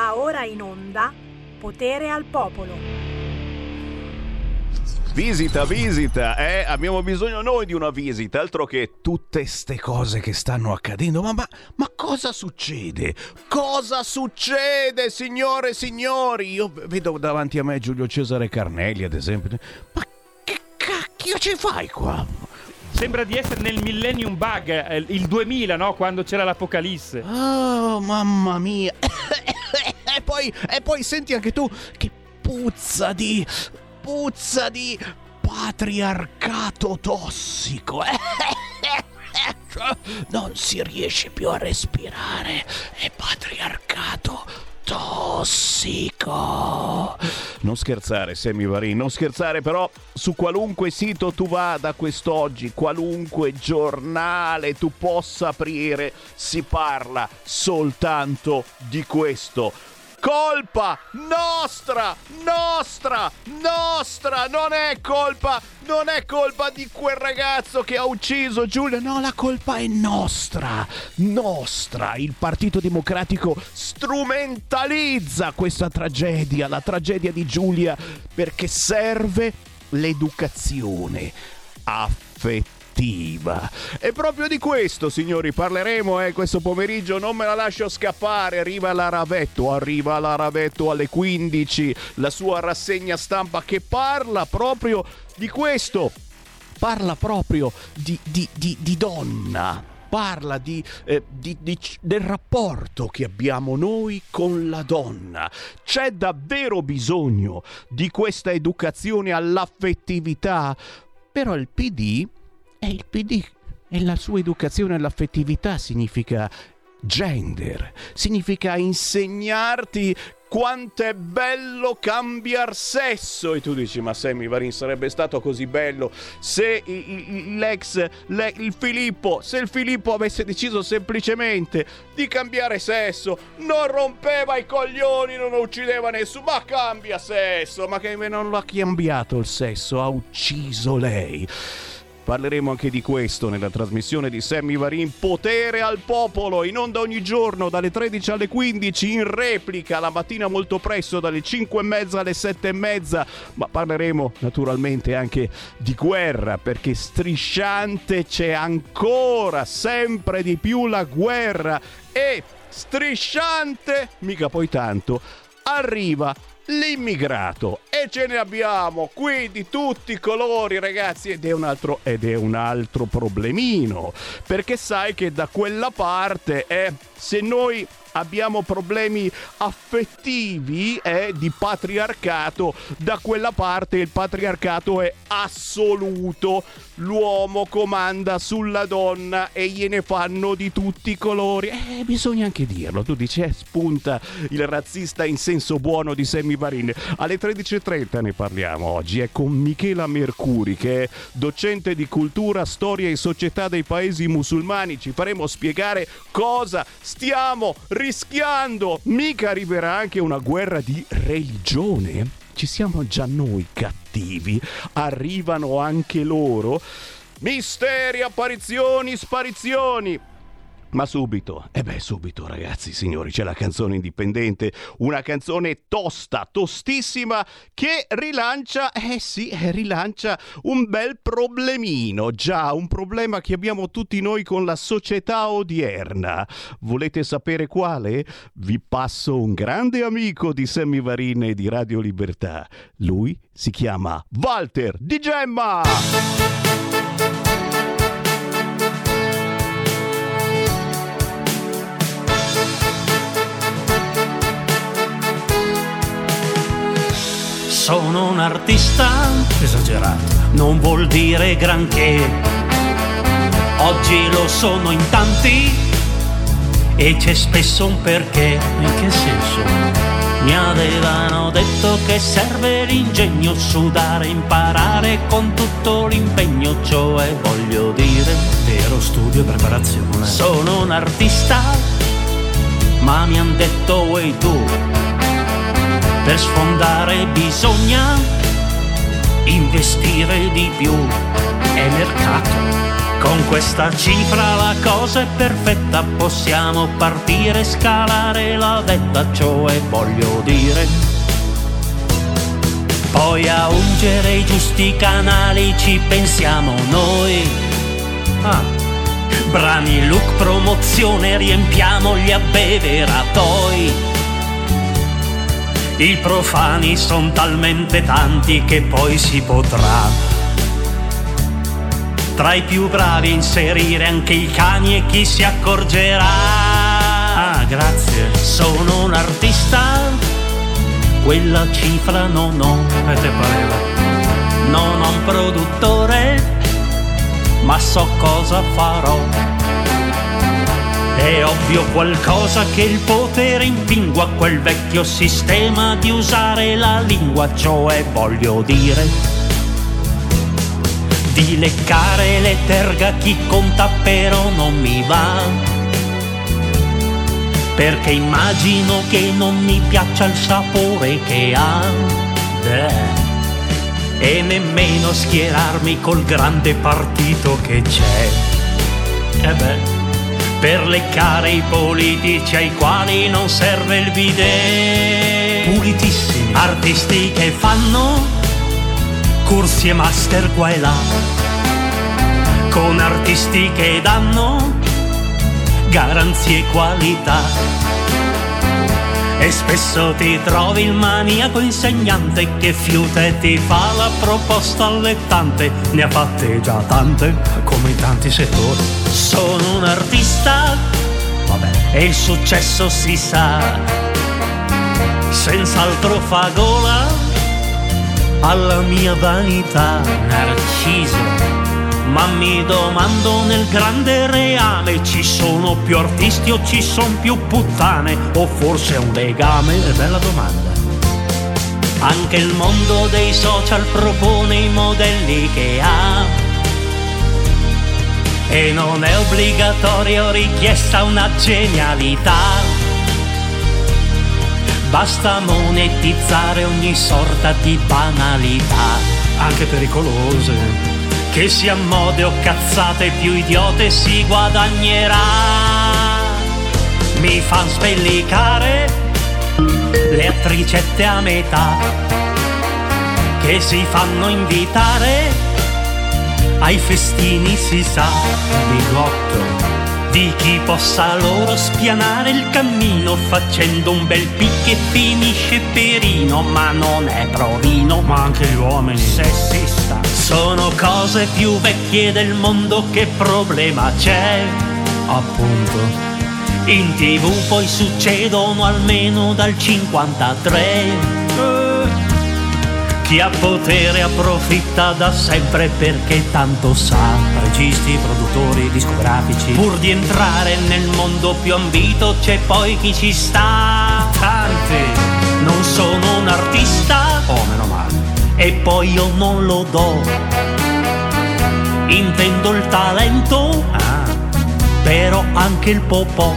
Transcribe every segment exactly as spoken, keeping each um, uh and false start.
Va ora in onda Potere al Popolo. Visita, visita, eh? Abbiamo bisogno noi di una visita, altro che tutte ste cose che stanno accadendo. Ma, ma, ma cosa succede? Cosa succede, signore e signori? Io vedo davanti a me Giulio Cesare Carnelli, ad esempio. Ma che cacchio ci fai qua? Sembra di essere nel Millennium Bug, il duemila, no? Quando c'era l'Apocalisse. Oh, mamma mia. E poi, e poi senti anche tu che puzza di... puzza di patriarcato tossico. Non si riesce più a respirare. È patriarcato tossico. Non scherzare, Sammy Varin, non scherzare, però su qualunque sito tu vada quest'oggi, qualunque giornale tu possa aprire, si parla soltanto di questo. Colpa nostra, nostra, nostra, non è colpa, non è colpa di quel ragazzo che ha ucciso Giulia, no, la colpa è nostra, nostra. Il Partito Democratico strumentalizza questa tragedia, la tragedia di Giulia, perché serve l'educazione affettiva. E proprio di questo, signori, parleremo eh, questo pomeriggio. Non me la lascio scappare. Arriva la Ravetto, arriva la Ravetto alle quindici, la sua rassegna stampa che parla proprio di questo. Parla proprio di, di, di, di donna. Parla di, eh, di, di, del rapporto che abbiamo noi con la donna. C'è davvero bisogno di questa educazione all'affettività. Però il P D... E il P D e la sua educazione all'affettività significa gender, significa insegnarti quanto è bello cambiar sesso. E tu dici, ma Sammy Varin, sarebbe stato così bello se l'ex, le, il Filippo, se il Filippo avesse deciso semplicemente di cambiare sesso, non rompeva i coglioni, non uccideva nessuno, ma cambia sesso, ma che non l'ha cambiato il sesso, ha ucciso lei. Parleremo anche di questo nella trasmissione di Sammy Varin, Potere al Popolo, in onda ogni giorno dalle tredici alle quindici, in replica la mattina molto presto dalle cinque e mezza alle sette e mezza. Ma parleremo naturalmente anche di guerra, perché strisciante c'è ancora sempre di più la guerra, e strisciante, mica poi tanto, arriva l'immigrato, e ce ne abbiamo qui di tutti i colori, ragazzi, ed è un altro ed è un altro problemino, perché sai che da quella parte eh, se noi abbiamo problemi affettivi eh, di patriarcato, da quella parte il patriarcato è assoluto. L'uomo comanda sulla donna e gliene fanno di tutti i colori. Eh, bisogna anche dirlo. Tu dici, eh, spunta il razzista in senso buono di Sammy Varin. Alle tredici e trenta ne parliamo oggi. È con Michela Mercuri, che è docente di cultura, storia e società dei paesi musulmani. Ci faremo spiegare cosa stiamo rischiando. Mica arriverà anche una guerra di religione? Ci siamo già noi cattivi, arrivano anche loro. Misteri, apparizioni, sparizioni. Ma subito, e eh beh subito ragazzi, signori, c'è la canzone indipendente, una canzone tosta, tostissima, che rilancia, eh sì, rilancia un bel problemino, già, un problema che abbiamo tutti noi con la società odierna. Volete sapere quale? Vi passo un grande amico di Sammy Varin e di Radio Libertà. Lui si chiama Walter Di Gemma! Sono un artista esagerato, non vuol dire granché. Oggi lo sono in tanti e c'è spesso un perché. In che senso? Mi avevano detto che serve l'ingegno, sudare, imparare con tutto l'impegno, cioè voglio dire vero studio e preparazione. Sono un artista, ma mi han detto vuoi tu. Per sfondare bisogna investire di più, è mercato, Con questa cifra la cosa è perfetta, possiamo partire e scalare la vetta, cioè voglio dire. Poi a ungere i giusti canali ci pensiamo noi. Ah. Brani, look, promozione, riempiamo gli abbeveratoi. I profani son talmente tanti che poi si potrà tra i più bravi inserire anche i cani e chi si accorgerà. Ah, grazie. Sono un artista, quella cifra non ho. E te pareva? Non ho un produttore, ma so cosa farò. È ovvio qualcosa che il potere impingua quel vecchio sistema di usare la lingua, cioè voglio dire di leccare le terga chi conta, però non mi va, perché immagino che non mi piaccia il sapore che ha. Beh. E nemmeno schierarmi col grande partito che c'è. E beh, per leccare i politici ai quali non serve il bidet. Pulitissimi. Artisti che fanno corsi e master qua e là, con artisti che danno garanzie e qualità. E spesso ti trovi il maniaco insegnante che fiuta e ti fa la proposta allettante. Ne ha fatte già tante, come in tanti settori. Sono un artista, vabbè, e il successo si sa, senz'altro fa gola alla mia vanità. Narciso, ma mi domando nel grande reame ci sono più artisti o ci sono più puttane, o forse è un legame? È bella domanda. Anche il mondo dei social propone i modelli che ha e non è obbligatoria o richiesta una genialità. Basta monetizzare ogni sorta di banalità, anche pericolose, che sia mode o cazzate, più idiote si guadagnerà. Mi fan spellicare le attricette a metà, che si fanno invitare ai festini, si sa, bigotto di chi possa loro spianare il cammino facendo un bel pic che finisce perino, ma non è provino. Ma anche gli uomini sessista. Sono cose più vecchie del mondo, che problema c'è? Appunto, in tv poi succedono almeno dal cinquantatré. Chi ha potere approfitta da sempre perché tanto sa. Registi, produttori, discografici. Pur di entrare nel mondo più ambito c'è poi chi ci sta. Tanti. Non sono un artista, oh meno male, e poi io non lo do. Intendo il talento, ah, però anche il popò.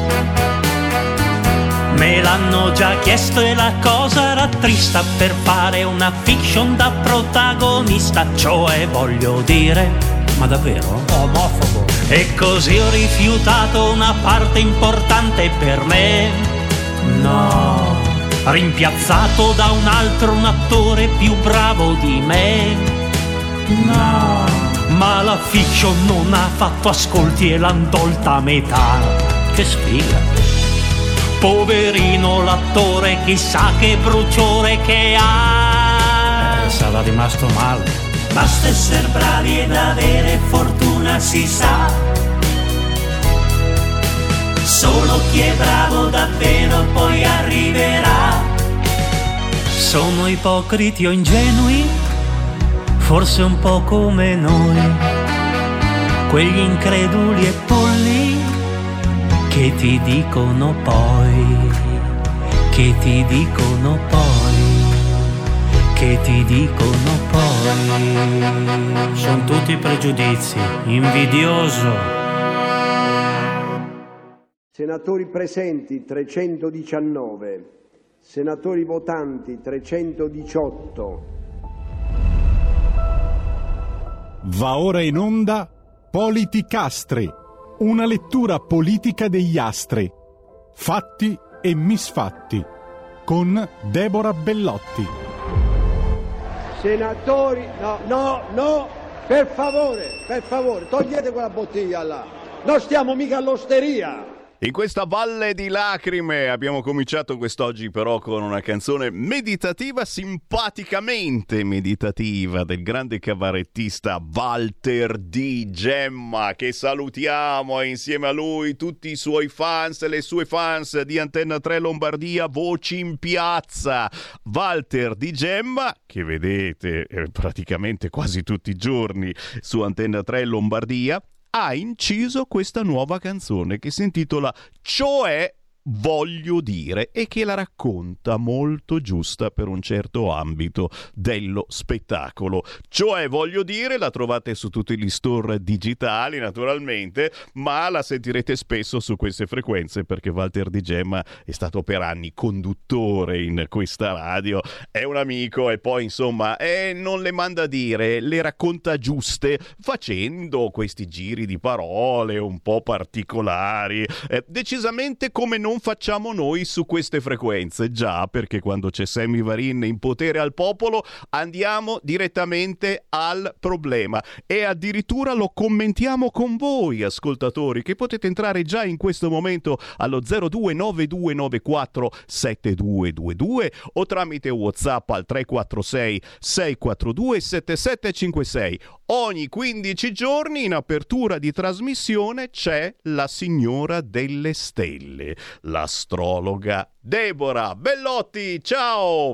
Me l'hanno già chiesto e la cosa era trista, per fare una fiction da protagonista, cioè voglio dire, ma davvero? Omofobo. E così ho rifiutato una parte importante per me. No, rimpiazzato da un altro, un attore più bravo di me. No, ma la fiction non ha fatto ascolti e l'han tolta a metà. Che sfiga. Poverino l'attore, chissà che bruciore che ha. Eh, sarà rimasto male. Basta essere bravi ed avere fortuna, si sa. Solo chi è bravo davvero poi arriverà. Sono ipocriti o ingenui? Forse un po' come noi, quegli increduli e polli che ti dicono poi, che ti dicono poi, che ti dicono poi. Sono tutti pregiudizi, invidioso. Senatori presenti trecentodiciannove, senatori votanti trecentodiciotto. Va ora in onda Politicastri, una lettura politica degli astri, fatti e misfatti, con Deborah Bellotti. Senatori, no, no, no, per favore, per favore, togliete quella bottiglia là. Non stiamo mica all'osteria. In questa valle di lacrime abbiamo cominciato quest'oggi però con una canzone meditativa, simpaticamente meditativa, del grande cabarettista Walter Di Gemma, che salutiamo, e insieme a lui tutti i suoi fans e le sue fans di Antenna tre Lombardia, Voci in Piazza. Walter Di Gemma, che vedete eh, praticamente quasi tutti i giorni su Antenna tre Lombardia, ha inciso questa nuova canzone che si intitola Cioè voglio dire, e che la racconta molto giusta per un certo ambito dello spettacolo. Cioè voglio dire, la trovate su tutti gli store digitali naturalmente, ma la sentirete spesso su queste frequenze perché Walter Di Gemma è stato per anni conduttore in questa radio, è un amico e poi insomma eh, non le manda a dire, le racconta giuste facendo questi giri di parole un po' particolari, eh, decisamente come non facciamo noi su queste frequenze, già, perché quando c'è Sammy Varin in Potere al Popolo andiamo direttamente al problema e addirittura lo commentiamo con voi ascoltatori, che potete entrare già in questo momento allo zero due nove due nove quattro sette due due due o tramite WhatsApp al tre quattro sei sei quattro due sette sette cinque sei. Ogni quindici giorni in apertura di trasmissione c'è la signora delle stelle, l'astrologa Deborah Bellotti. Ciao!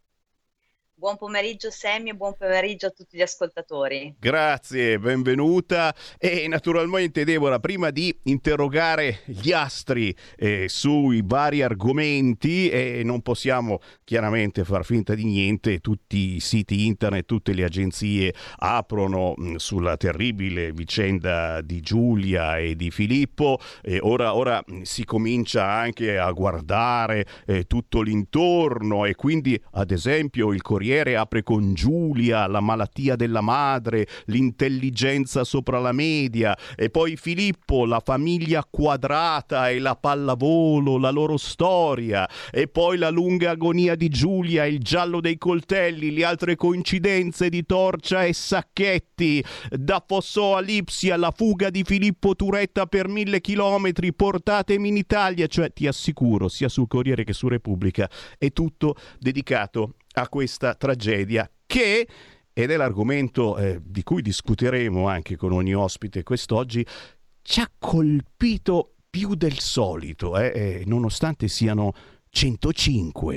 Buon pomeriggio Sammy e buon pomeriggio a tutti gli ascoltatori. Grazie, benvenuta. E naturalmente Deborah, prima di interrogare gli astri eh, sui vari argomenti, e eh, non possiamo chiaramente far finta di niente, tutti i siti internet, tutte le agenzie aprono mh, sulla terribile vicenda di Giulia e di Filippo, e ora, ora mh, si comincia anche a guardare eh, tutto l'intorno, e quindi ad esempio il Corriere apre con Giulia, la malattia della madre, l'intelligenza sopra la media, e poi Filippo, la famiglia quadrata e la pallavolo, la loro storia, e poi la lunga agonia di Giulia, il giallo dei coltelli, le altre coincidenze di Torcia e Sacchetti, da Fossò a Lipsia, la fuga di Filippo Turetta per mille chilometri, portatemi in Italia, cioè ti assicuro, sia sul Corriere che su Repubblica, è tutto dedicato a questa tragedia che, ed è l'argomento eh, di cui discuteremo anche con ogni ospite quest'oggi, ci ha colpito più del solito, eh, eh, nonostante siano centocinque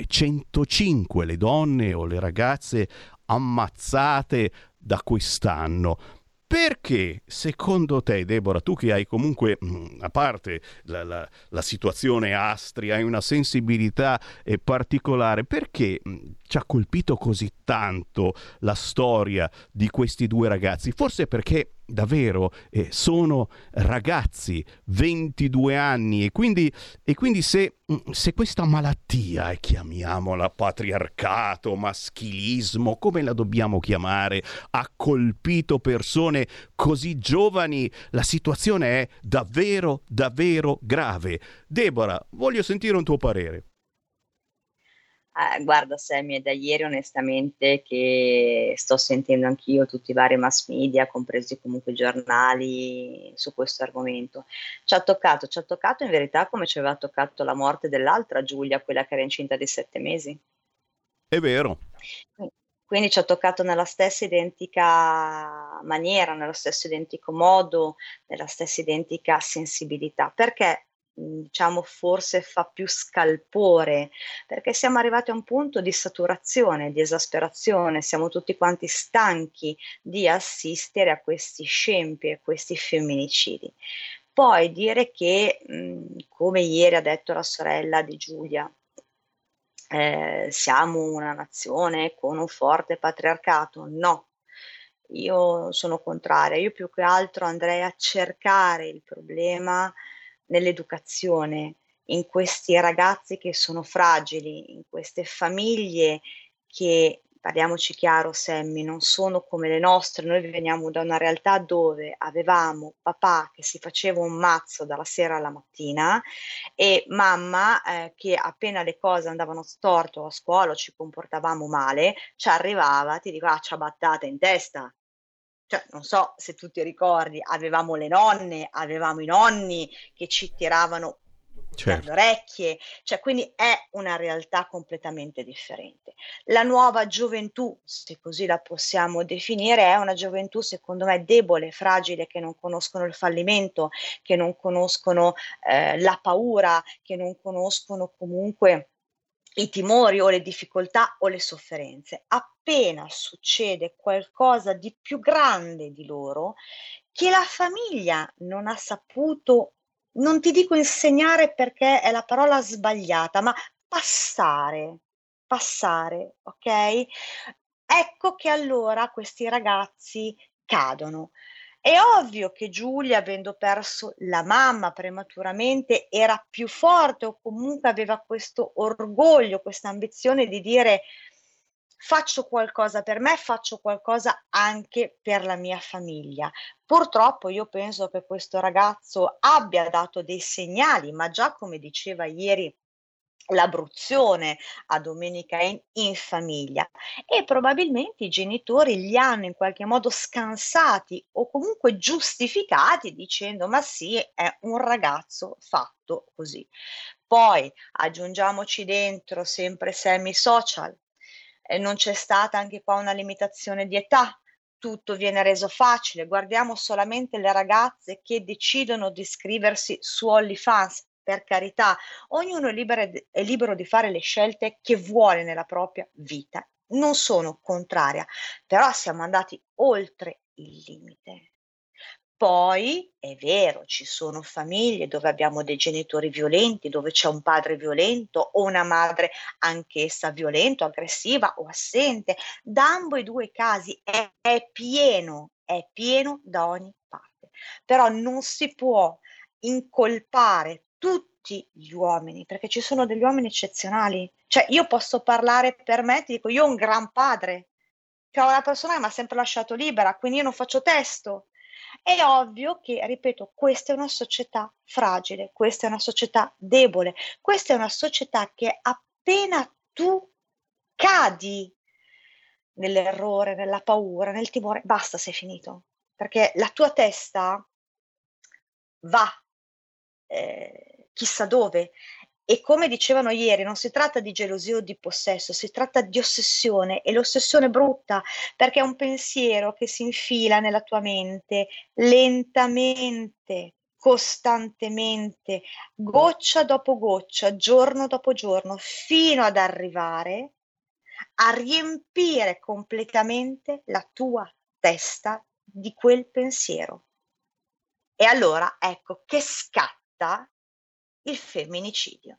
le donne o le ragazze ammazzate da quest'anno. Perché, secondo te, Deborah, tu che hai comunque, a parte la, la, la situazione astri, hai una sensibilità eh, particolare, perché mh, ci ha colpito così tanto la storia di questi due ragazzi? Forse perché davvero eh, sono ragazzi, ventidue anni, e quindi, e quindi se, se questa malattia, e chiamiamola patriarcato, maschilismo, come la dobbiamo chiamare, ha colpito persone così giovani, la situazione è davvero, davvero grave. Deborah, voglio sentire un tuo parere. Eh, guarda Sammy, è da ieri onestamente che sto sentendo anch'io tutti i vari mass media, compresi comunque i giornali, su questo argomento. Ci ha toccato, ci ha toccato in verità come ci aveva toccato la morte dell'altra Giulia, quella che era incinta di sette mesi. È vero. Quindi ci ha toccato nella stessa identica maniera, nello stesso identico modo, nella stessa identica sensibilità. Perché? Diciamo forse fa più scalpore, perché siamo arrivati a un punto di saturazione, di esasperazione, siamo tutti quanti stanchi di assistere a questi scempi, a questi femminicidi. Poi dire che, mh, come ieri ha detto la sorella di Giulia, eh, siamo una nazione con un forte patriarcato, no. Io sono contraria, io più che altro andrei a cercare il problema nell'educazione, in questi ragazzi che sono fragili, in queste famiglie che parliamoci chiaro Sammy, non sono come le nostre, noi veniamo da una realtà dove avevamo papà che si faceva un mazzo dalla sera alla mattina e mamma eh, che appena le cose andavano storto a scuola o ci comportavamo male, ci arrivava, ti dico, ah, ciabattata in testa. Cioè, non so se tu ti ricordi, avevamo le nonne, avevamo i nonni che ci tiravano Certo. le orecchie, cioè quindi è una realtà completamente differente. La nuova gioventù, se così la possiamo definire, è una gioventù secondo me debole, fragile, che non conoscono il fallimento, che non conoscono eh, la paura, che non conoscono comunque i timori o le difficoltà o le sofferenze. Appena succede qualcosa di più grande di loro, che la famiglia non ha saputo, non ti dico insegnare perché è la parola sbagliata, ma passare, passare, ok? Ecco che allora questi ragazzi cadono. È ovvio che Giulia, avendo perso la mamma prematuramente, era più forte o comunque aveva questo orgoglio, questa ambizione di dire faccio qualcosa per me, faccio qualcosa anche per la mia famiglia. Purtroppo io penso che questo ragazzo abbia dato dei segnali, ma già come diceva ieri l'Abruzzone a Domenica in, in famiglia, e probabilmente i genitori li hanno in qualche modo scansati o comunque giustificati dicendo ma sì, è un ragazzo fatto così. Poi aggiungiamoci dentro sempre semi social, eh, non c'è stata anche qua una limitazione di età, tutto viene reso facile, guardiamo solamente le ragazze che decidono di iscriversi su OnlyFans. Per carità, ognuno è libero, è libero di fare le scelte che vuole nella propria vita. Non sono contraria, però siamo andati oltre il limite. Poi è vero, ci sono famiglie dove abbiamo dei genitori violenti, dove c'è un padre violento o una madre anch'essa violenta, aggressiva o assente. Da ambo i due casi è, è pieno, è pieno da ogni parte. Però non si può incolpare tutti gli uomini, perché ci sono degli uomini eccezionali. Cioè io posso parlare per me, ti dico, io ho un gran padre, che è una persona che mi ha sempre lasciato libera, quindi io non faccio testo. È ovvio che, ripeto, questa è una società fragile, questa è una società debole, questa è una società che appena tu cadi nell'errore, nella paura, nel timore, basta, sei finito, perché la tua testa va Eh, chissà dove, e come dicevano ieri non si tratta di gelosia o di possesso, si tratta di ossessione, e l'ossessione è brutta perché è un pensiero che si infila nella tua mente lentamente, costantemente, goccia dopo goccia, giorno dopo giorno, fino ad arrivare a riempire completamente la tua testa di quel pensiero. E allora ecco che scatta il femminicidio.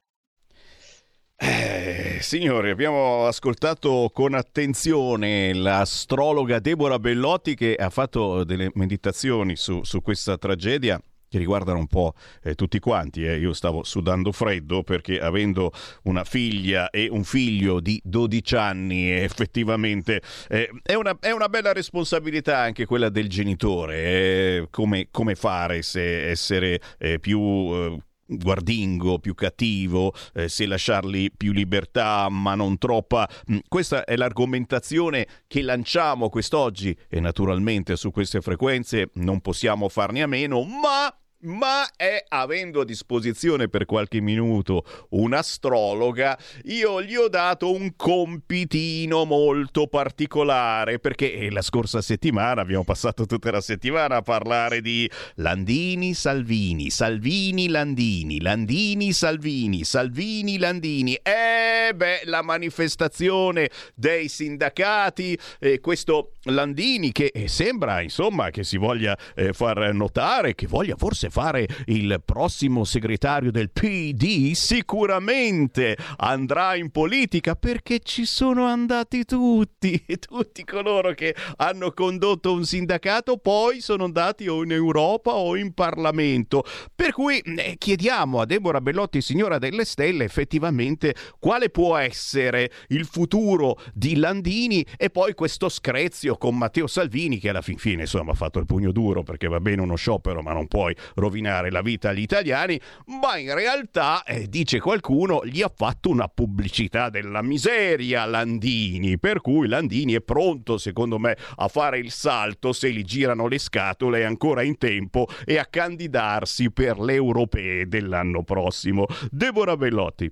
Eh, signori, abbiamo ascoltato con attenzione l'astrologa Deborah Bellotti, che ha fatto delle meditazioni su, su questa tragedia che riguardano un po' eh, tutti quanti. Eh. Io stavo sudando freddo perché, avendo una figlia e un figlio di dodici anni, effettivamente eh, è, una, è una bella responsabilità anche quella del genitore. Eh, come, come fare, se essere eh, più eh, guardingo, più cattivo, eh, se lasciarli più libertà ma non troppa. Questa è l'argomentazione che lanciamo quest'oggi, e naturalmente su queste frequenze non possiamo farne a meno, ma ma è, avendo a disposizione per qualche minuto un'astrologa, io gli ho dato un compitino molto particolare, perché la scorsa settimana abbiamo passato tutta la settimana a parlare di Landini Salvini, Salvini Landini, Landini Salvini, Salvini Landini. E beh, la manifestazione dei sindacati, eh, questo Landini che sembra insomma che si voglia eh, far notare, che voglia forse dovesse fare il prossimo segretario del P D, sicuramente andrà in politica, perché ci sono andati tutti, tutti coloro che hanno condotto un sindacato poi sono andati o in Europa o in Parlamento. Per cui eh, chiediamo a Deborah Bellotti, signora delle stelle, effettivamente quale può essere il futuro di Landini, e poi questo screzio con Matteo Salvini, che alla fin fine insomma ha fatto il pugno duro, perché va bene uno sciopero ma non puoi rovinare la vita agli italiani, ma in realtà eh, dice qualcuno gli ha fatto una pubblicità della miseria Landini, per cui Landini è pronto secondo me a fare il salto, se gli girano le scatole è ancora in tempo, e a candidarsi per le europee dell'anno prossimo. Deborah Bellotti.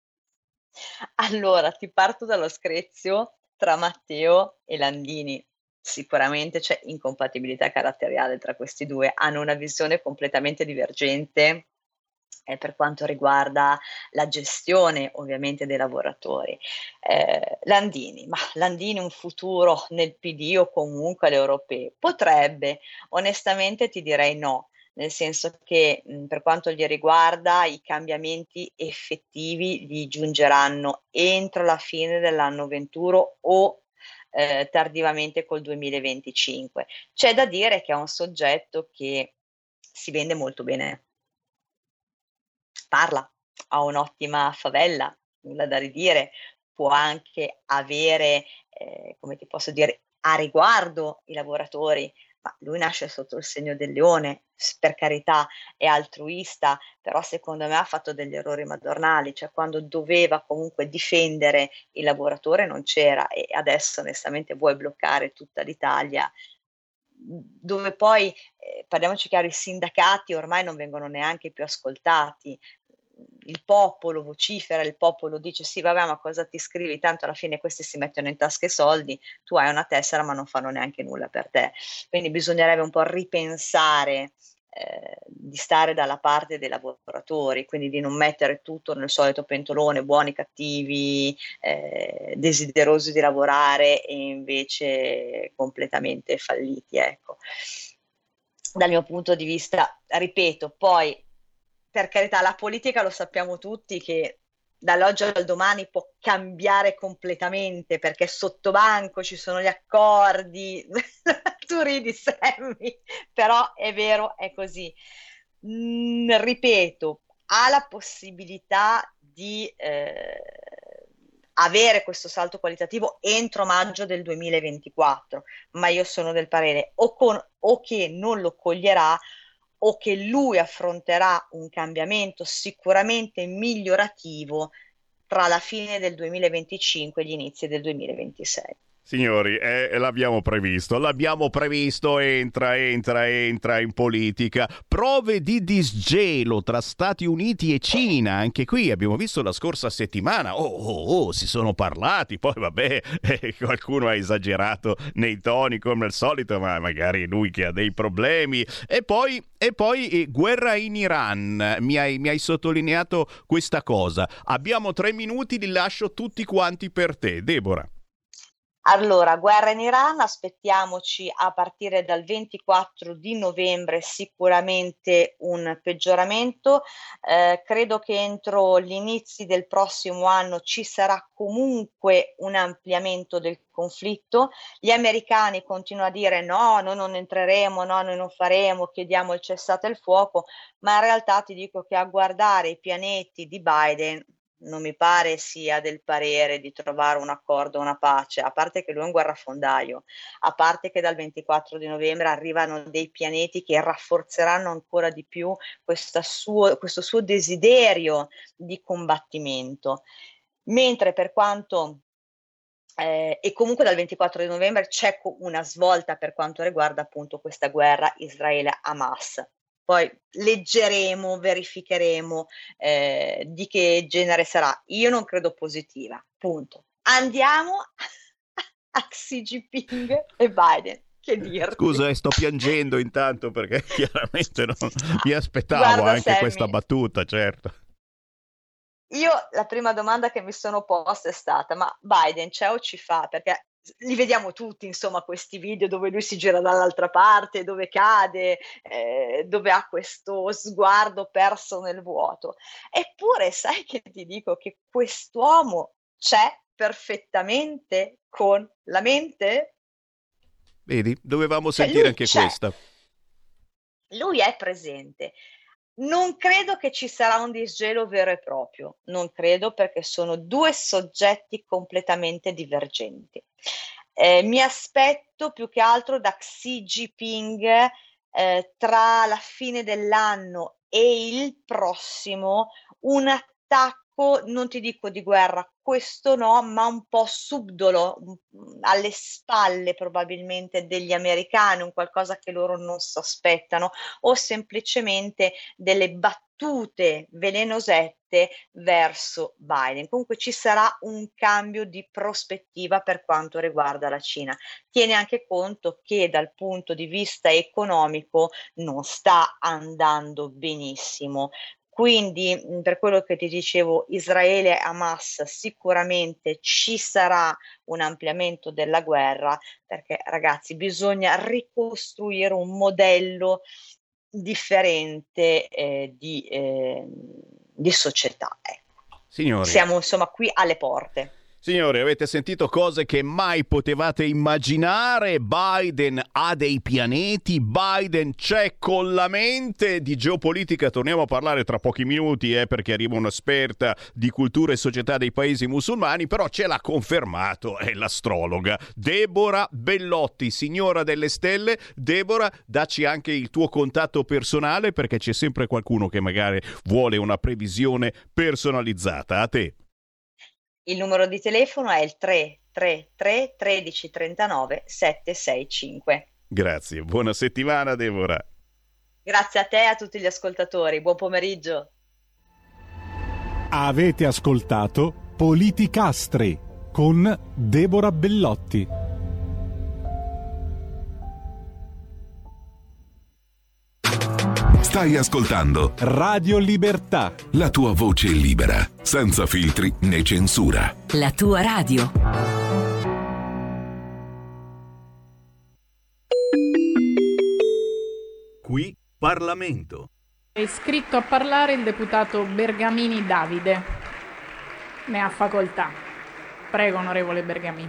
Allora, ti parto dallo screzio tra Matteo e Landini. Sicuramente c'è incompatibilità caratteriale tra questi due, hanno una visione completamente divergente eh, per quanto riguarda la gestione ovviamente dei lavoratori. Eh, Landini, ma Landini un futuro nel P D o comunque alle europee? Potrebbe, onestamente ti direi no. Nel senso che mh, per quanto gli riguarda i cambiamenti effettivi gli giungeranno entro la fine dell'anno ventuno o eh, tardivamente col duemilaventicinque. C'è da dire che è un soggetto che si vende molto bene, parla, ha un'ottima favella, nulla da ridire, può anche avere, eh, come ti posso dire, a riguardo i lavoratori, ma lui nasce sotto il segno del leone, per carità è altruista, però secondo me ha fatto degli errori madornali, cioè quando doveva comunque difendere il lavoratore non c'era, e adesso onestamente vuoi bloccare tutta l'Italia, dove poi, eh, parliamoci chiaro, i sindacati ormai non vengono neanche più ascoltati. Il popolo vocifera, il popolo dice sì vabbè, ma cosa ti scrivi, tanto alla fine questi si mettono in tasca i soldi, tu hai una tessera ma non fanno neanche nulla per te. Quindi bisognerebbe un po' ripensare eh, di stare dalla parte dei lavoratori, quindi di non mettere tutto nel solito pentolone, buoni, cattivi, eh, desiderosi di lavorare e invece completamente falliti, ecco. Dal mio punto di vista, ripeto, poi per carità, la politica lo sappiamo tutti che dall'oggi al domani può cambiare completamente, perché sotto banco ci sono gli accordi, tu ridi Sammy, però è vero, è così. Mm, ripeto, ha la possibilità di eh, avere questo salto qualitativo entro maggio del duemilaventiquattro, ma io sono del parere o, con, o che non lo coglierà, o che lui affronterà un cambiamento sicuramente migliorativo tra la fine del duemilaventicinque e gli inizi del duemilaventisei. Signori, eh, l'abbiamo previsto, l'abbiamo previsto, entra, entra, entra in politica. Prove di disgelo tra Stati Uniti e Cina, anche qui abbiamo visto la scorsa settimana, oh, oh, oh si sono parlati, poi vabbè, eh, qualcuno ha esagerato nei toni come al solito, ma magari lui che ha dei problemi. E poi, e poi eh, guerra in Iran, mi hai, mi hai sottolineato questa cosa. Abbiamo tre minuti, li lascio tutti quanti per te, Deborah. Allora, guerra in Iran, aspettiamoci a partire dal ventiquattro di novembre sicuramente un peggioramento, eh, credo che entro gli inizi del prossimo anno ci sarà comunque un ampliamento del conflitto. Gli americani continuano a dire no, noi non entreremo, no, noi non faremo, chiediamo il cessate il fuoco, ma in realtà ti dico che a guardare i pianetti di Biden non mi pare sia del parere di trovare un accordo, una pace, a parte che lui è un guerrafondaio, a parte che dal ventiquattro di novembre arrivano dei pianeti che rafforzeranno ancora di più questa suo, questo suo desiderio di combattimento. Mentre per quanto eh, e comunque dal ventiquattro di novembre c'è una svolta per quanto riguarda appunto questa guerra Israele-Hamas. Poi leggeremo, verificheremo eh, di che genere sarà. Io non credo positiva, punto. Andiamo a Xi Jinping e Biden. Che dirti? Scusa, eh, sto piangendo intanto perché chiaramente non mi aspettavo Guarda, anche Sammy, questa battuta, certo. Io la prima domanda che mi sono posta è stata: ma Biden c'è o ci fa? Perché li vediamo tutti, insomma, questi video dove lui si gira dall'altra parte, dove cade, eh, dove ha questo sguardo perso nel vuoto. Eppure, sai che ti dico che quest'uomo c'è perfettamente con la mente? Vedi, dovevamo Cioè, sentire lui anche c'è. questa. Lui è presente. Non credo che ci sarà un disgelo vero e proprio, non credo, perché sono due soggetti completamente divergenti. Eh, mi aspetto più che altro da Xi Jinping eh, tra la fine dell'anno e il prossimo un attacco, non ti dico di guerra, questo no, ma un po' subdolo, mh, alle spalle probabilmente degli americani, un qualcosa che loro non sospettano, o semplicemente delle battute velenosette verso Biden. Comunque ci sarà un cambio di prospettiva per quanto riguarda la Cina. Tiene anche conto che dal punto di vista economico non sta andando benissimo. Quindi, per quello che ti dicevo, Israele e Hamas sicuramente ci sarà un ampliamento della guerra, perché ragazzi bisogna ricostruire un modello differente eh, di, eh, di società. Ecco. Signori. Siamo insomma qui alle porte. Signori, avete sentito cose che mai potevate immaginare? Biden ha dei pianeti, Biden c'è con la mente. Di geopolitica torniamo a parlare tra pochi minuti, eh, perché arriva un'esperta di cultura e società dei paesi musulmani, però ce l'ha confermato, è l'astrologa Deborah Bellotti, signora delle stelle. Deborah, dacci anche il tuo contatto personale, perché c'è sempre qualcuno che magari vuole una previsione personalizzata. A te. Il numero di telefono è il tre tre tre tredici trentanove settecentosessantacinque. Grazie, buona settimana Deborah. Grazie a te e a tutti gli ascoltatori, buon pomeriggio. Avete ascoltato Politicastri con Deborah Bellotti. Stai ascoltando Radio Libertà, la tua voce libera, senza filtri né censura. La tua radio. Qui Parlamento. È iscritto a parlare il deputato Bergamini Davide. Ne ha facoltà. Prego, onorevole Bergamini.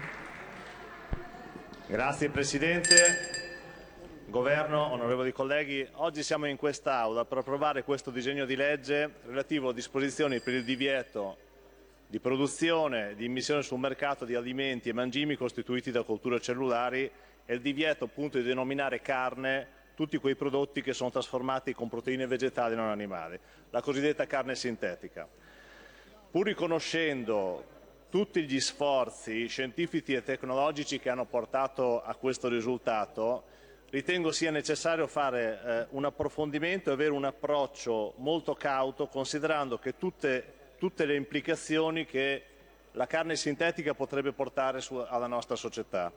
Grazie Presidente. Governo, onorevoli colleghi, oggi siamo in quest'Aula per approvare questo disegno di legge relativo a disposizioni per il divieto di produzione, di immissione sul mercato di alimenti e mangimi costituiti da colture cellulari e il divieto appunto di denominare carne tutti quei prodotti che sono trasformati con proteine vegetali non animali, la cosiddetta carne sintetica. Pur riconoscendo tutti gli sforzi scientifici e tecnologici che hanno portato a questo risultato, ritengo sia necessario fare eh, un approfondimento e avere un approccio molto cauto, considerando che tutte, tutte le implicazioni che la carne sintetica potrebbe portare su, alla nostra società.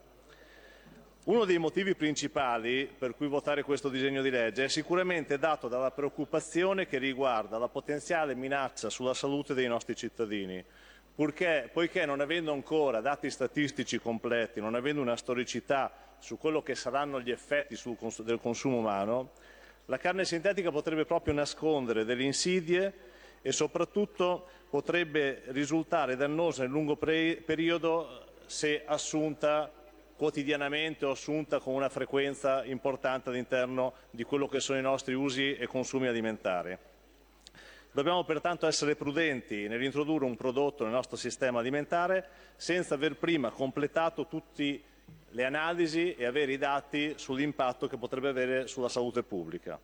Uno dei motivi principali per cui votare questo disegno di legge è sicuramente dato dalla preoccupazione che riguarda la potenziale minaccia sulla salute dei nostri cittadini, purché, poiché non avendo ancora dati statistici completi, non avendo una storicità su quello che saranno gli effetti sul cons- del consumo umano, la carne sintetica potrebbe proprio nascondere delle insidie e soprattutto potrebbe risultare dannosa nel lungo pre- periodo se assunta quotidianamente o assunta con una frequenza importante all'interno di quello che sono i nostri usi e consumi alimentari. Dobbiamo pertanto essere prudenti nell'introdurre un prodotto nel nostro sistema alimentare senza aver prima completato tutte le analisi e avere i dati sull'impatto che potrebbe avere sulla salute pubblica.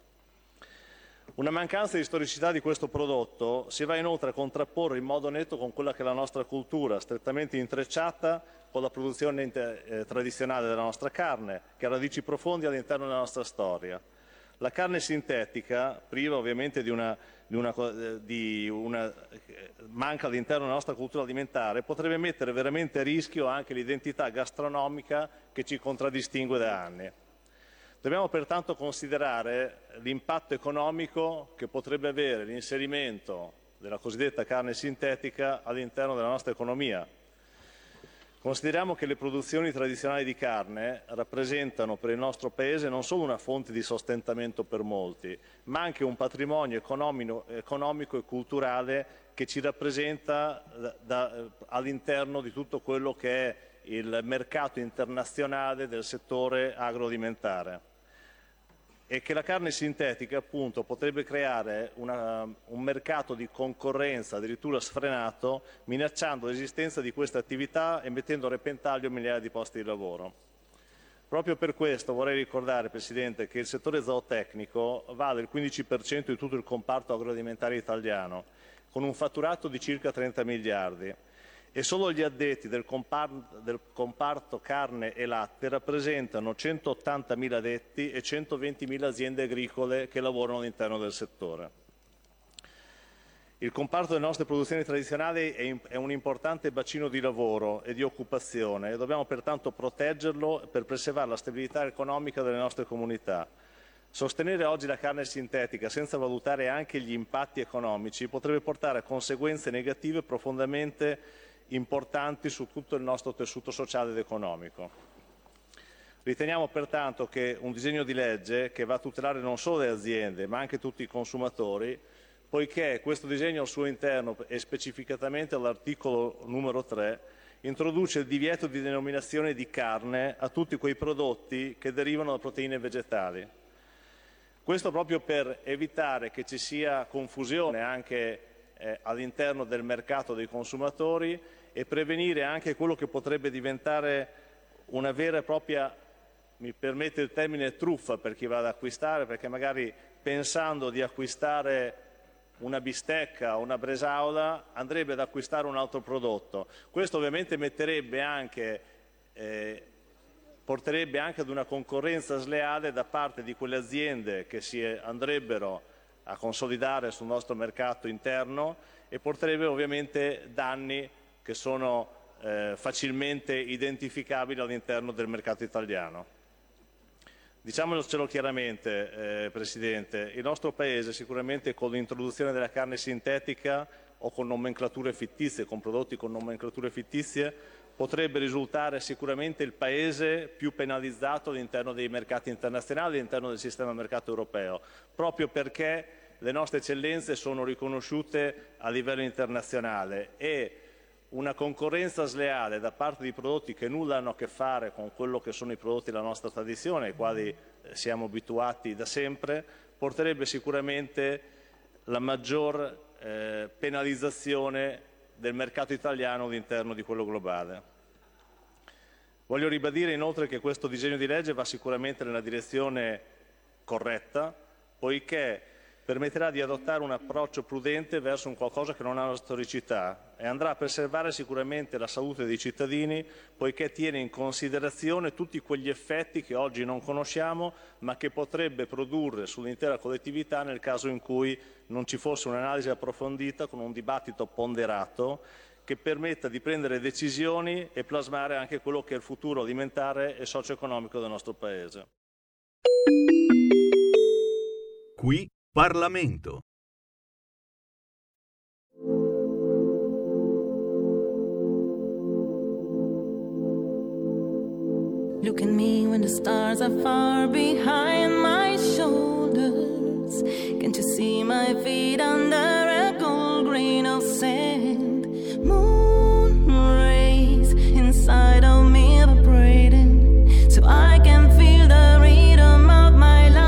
Una mancanza di storicità di questo prodotto si va inoltre a contrapporre in modo netto con quella che è la nostra cultura, strettamente intrecciata con la produzione eh, tradizionale della nostra carne, che ha radici profonde all'interno della nostra storia. La carne sintetica, priva ovviamente di una, di una, di una manca all'interno della nostra cultura alimentare, potrebbe mettere veramente a rischio anche l'identità gastronomica che ci contraddistingue da anni. Dobbiamo pertanto considerare l'impatto economico che potrebbe avere l'inserimento della cosiddetta carne sintetica all'interno della nostra economia. Consideriamo che le produzioni tradizionali di carne rappresentano per il nostro Paese non solo una fonte di sostentamento per molti, ma anche un patrimonio economico, economico e culturale che ci rappresenta da, da, all'interno di tutto quello che è il mercato internazionale del settore agroalimentare. E che la carne sintetica appunto potrebbe creare una, un mercato di concorrenza addirittura sfrenato, minacciando l'esistenza di queste attività e mettendo a repentaglio migliaia di posti di lavoro. Proprio per questo vorrei ricordare, Presidente, che il settore zootecnico vale il quindici per cento di tutto il comparto agroalimentare italiano, con un fatturato di circa trenta miliardi. E solo gli addetti del comparto, del comparto carne e latte rappresentano centottantamila addetti e centoventimila aziende agricole che lavorano all'interno del settore. Il comparto delle nostre produzioni tradizionali è, in, è un importante bacino di lavoro e di occupazione e dobbiamo pertanto proteggerlo per preservare la stabilità economica delle nostre comunità. Sostenere oggi la carne sintetica senza valutare anche gli impatti economici potrebbe portare a conseguenze negative profondamente importanti su tutto il nostro tessuto sociale ed economico. Riteniamo pertanto che un disegno di legge che va a tutelare non solo le aziende ma anche tutti i consumatori, poiché questo disegno al suo interno e specificatamente all'articolo numero tre introduce il divieto di denominazione di carne a tutti quei prodotti che derivano da proteine vegetali. Questo proprio per evitare che ci sia confusione anche eh, all'interno del mercato dei consumatori e prevenire anche quello che potrebbe diventare una vera e propria, mi permette il termine, truffa per chi va ad acquistare, perché magari pensando di acquistare una bistecca o una bresaola andrebbe ad acquistare un altro prodotto. Questo ovviamente metterebbe anche, eh, porterebbe anche ad una concorrenza sleale da parte di quelle aziende che si andrebbero a consolidare sul nostro mercato interno e porterebbe ovviamente danni che sono eh, facilmente identificabili all'interno del mercato italiano. Diciamocelo chiaramente, eh, Presidente, il nostro Paese sicuramente con l'introduzione della carne sintetica o con nomenclature fittizie, con prodotti con nomenclature fittizie, potrebbe risultare sicuramente il Paese più penalizzato all'interno dei mercati internazionali, all'interno del sistema mercato europeo, proprio perché le nostre eccellenze sono riconosciute a livello internazionale e una concorrenza sleale da parte di prodotti che nulla hanno a che fare con quello che sono i prodotti della nostra tradizione, ai quali siamo abituati da sempre, porterebbe sicuramente la maggior eh, penalizzazione del mercato italiano all'interno di quello globale. Voglio ribadire inoltre che questo disegno di legge va sicuramente nella direzione corretta, poiché permetterà di adottare un approccio prudente verso un qualcosa che non ha una storicità e andrà a preservare sicuramente la salute dei cittadini, poiché tiene in considerazione tutti quegli effetti che oggi non conosciamo, ma che potrebbe produrre sull'intera collettività nel caso in cui non ci fosse un'analisi approfondita con un dibattito ponderato che permetta di prendere decisioni e plasmare anche quello che è il futuro alimentare e socio-economico del nostro Paese. Qui Parlamento. Look at me when the stars are far behind my shoulders. Can't you see my feet under a gold grain of sand? Moon rays inside of me vibrating, so I can feel the rhythm of my life.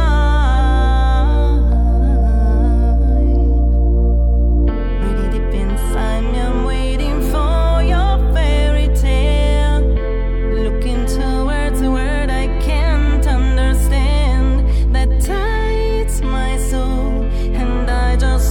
Really deep inside me, I'm waiting for your fairy tale. Looking towards a word I can't understand, that tides my soul, and I just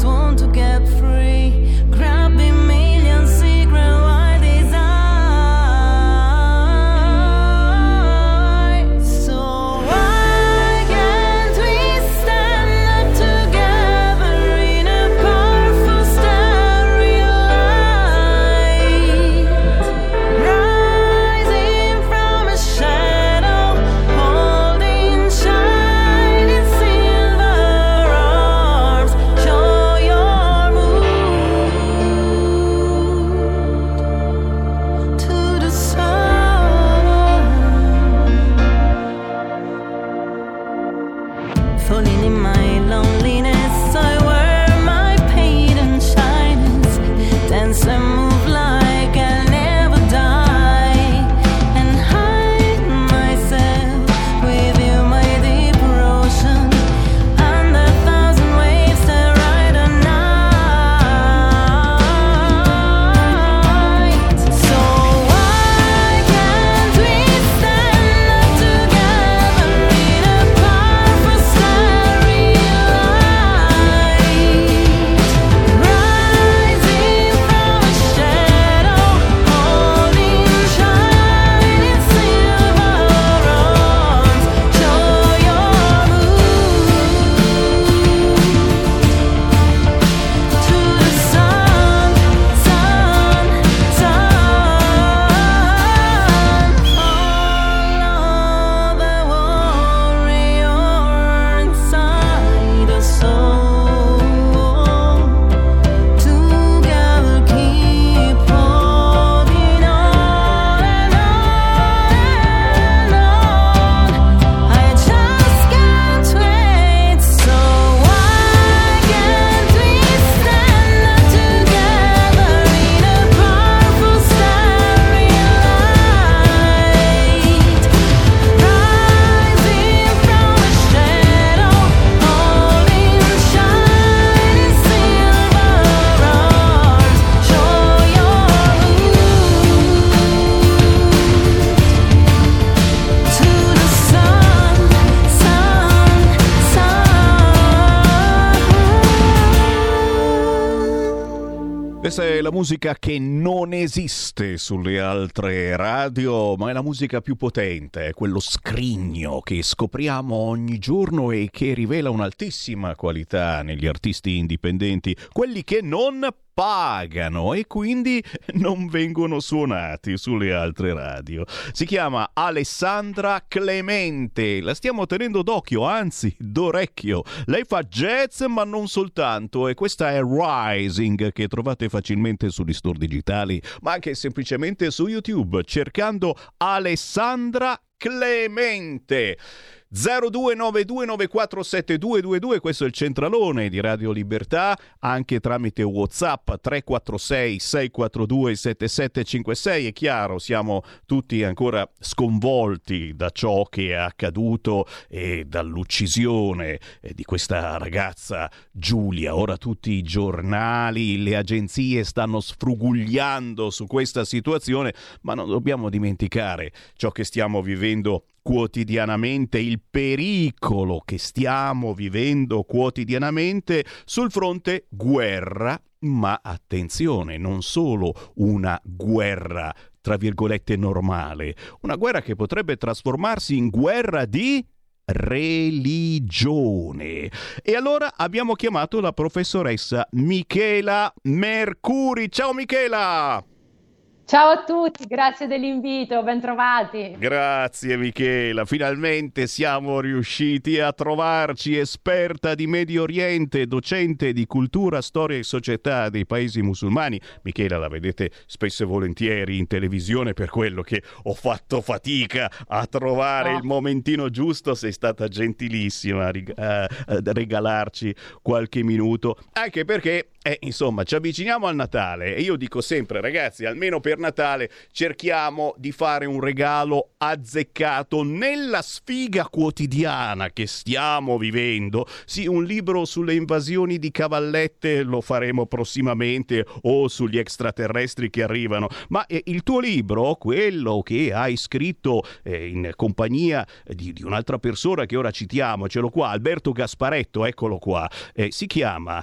Questa è la musica che non esiste sulle altre radio, ma è la musica più potente, è quello scrigno che scopriamo ogni giorno e che rivela un'altissima qualità negli artisti indipendenti, quelli che non pagano e quindi non vengono suonati sulle altre radio. Si chiama Alessandra Clemente, la stiamo tenendo d'occhio, anzi d'orecchio. Lei fa jazz ma non soltanto, e questa è Rising, che trovate facilmente sugli store digitali ma anche semplicemente su YouTube cercando Alessandra Clemente. zero due nove due nove quattro sette due due due, questo è il centralone di Radio Libertà, anche tramite WhatsApp tre quattro sei sei quattro due sette sette cinque sei. È chiaro, siamo tutti ancora sconvolti da ciò che è accaduto e dall'uccisione di questa ragazza Giulia. Ora tutti i giornali, le agenzie stanno sfrugugliando su questa situazione, ma non dobbiamo dimenticare ciò che stiamo vivendo quotidianamente, il pericolo che stiamo vivendo quotidianamente sul fronte guerra, ma attenzione, non solo una guerra tra virgolette normale, una guerra che potrebbe trasformarsi in guerra di religione. E allora abbiamo chiamato la professoressa Michela Mercuri. Ciao Michela! Ciao a tutti, grazie dell'invito, bentrovati. Grazie Michela, finalmente siamo riusciti a trovarci, esperta di Medio Oriente, docente di cultura, storia e società dei paesi musulmani. Michela la vedete spesso e volentieri in televisione, per quello che ho fatto fatica a trovare no. il momentino giusto. Sei stata gentilissima a rig- a regalarci qualche minuto, anche perché Eh, insomma, ci avviciniamo al Natale e io dico sempre, ragazzi, almeno per Natale cerchiamo di fare un regalo azzeccato nella sfiga quotidiana che stiamo vivendo. Sì, un libro sulle invasioni di cavallette lo faremo prossimamente, o sugli extraterrestri che arrivano, ma eh, il tuo libro, quello che hai scritto eh, in compagnia di, di un'altra persona che ora citiamo, ce l'ho qua, Alberto Gasparetto, eccolo qua, eh, si chiama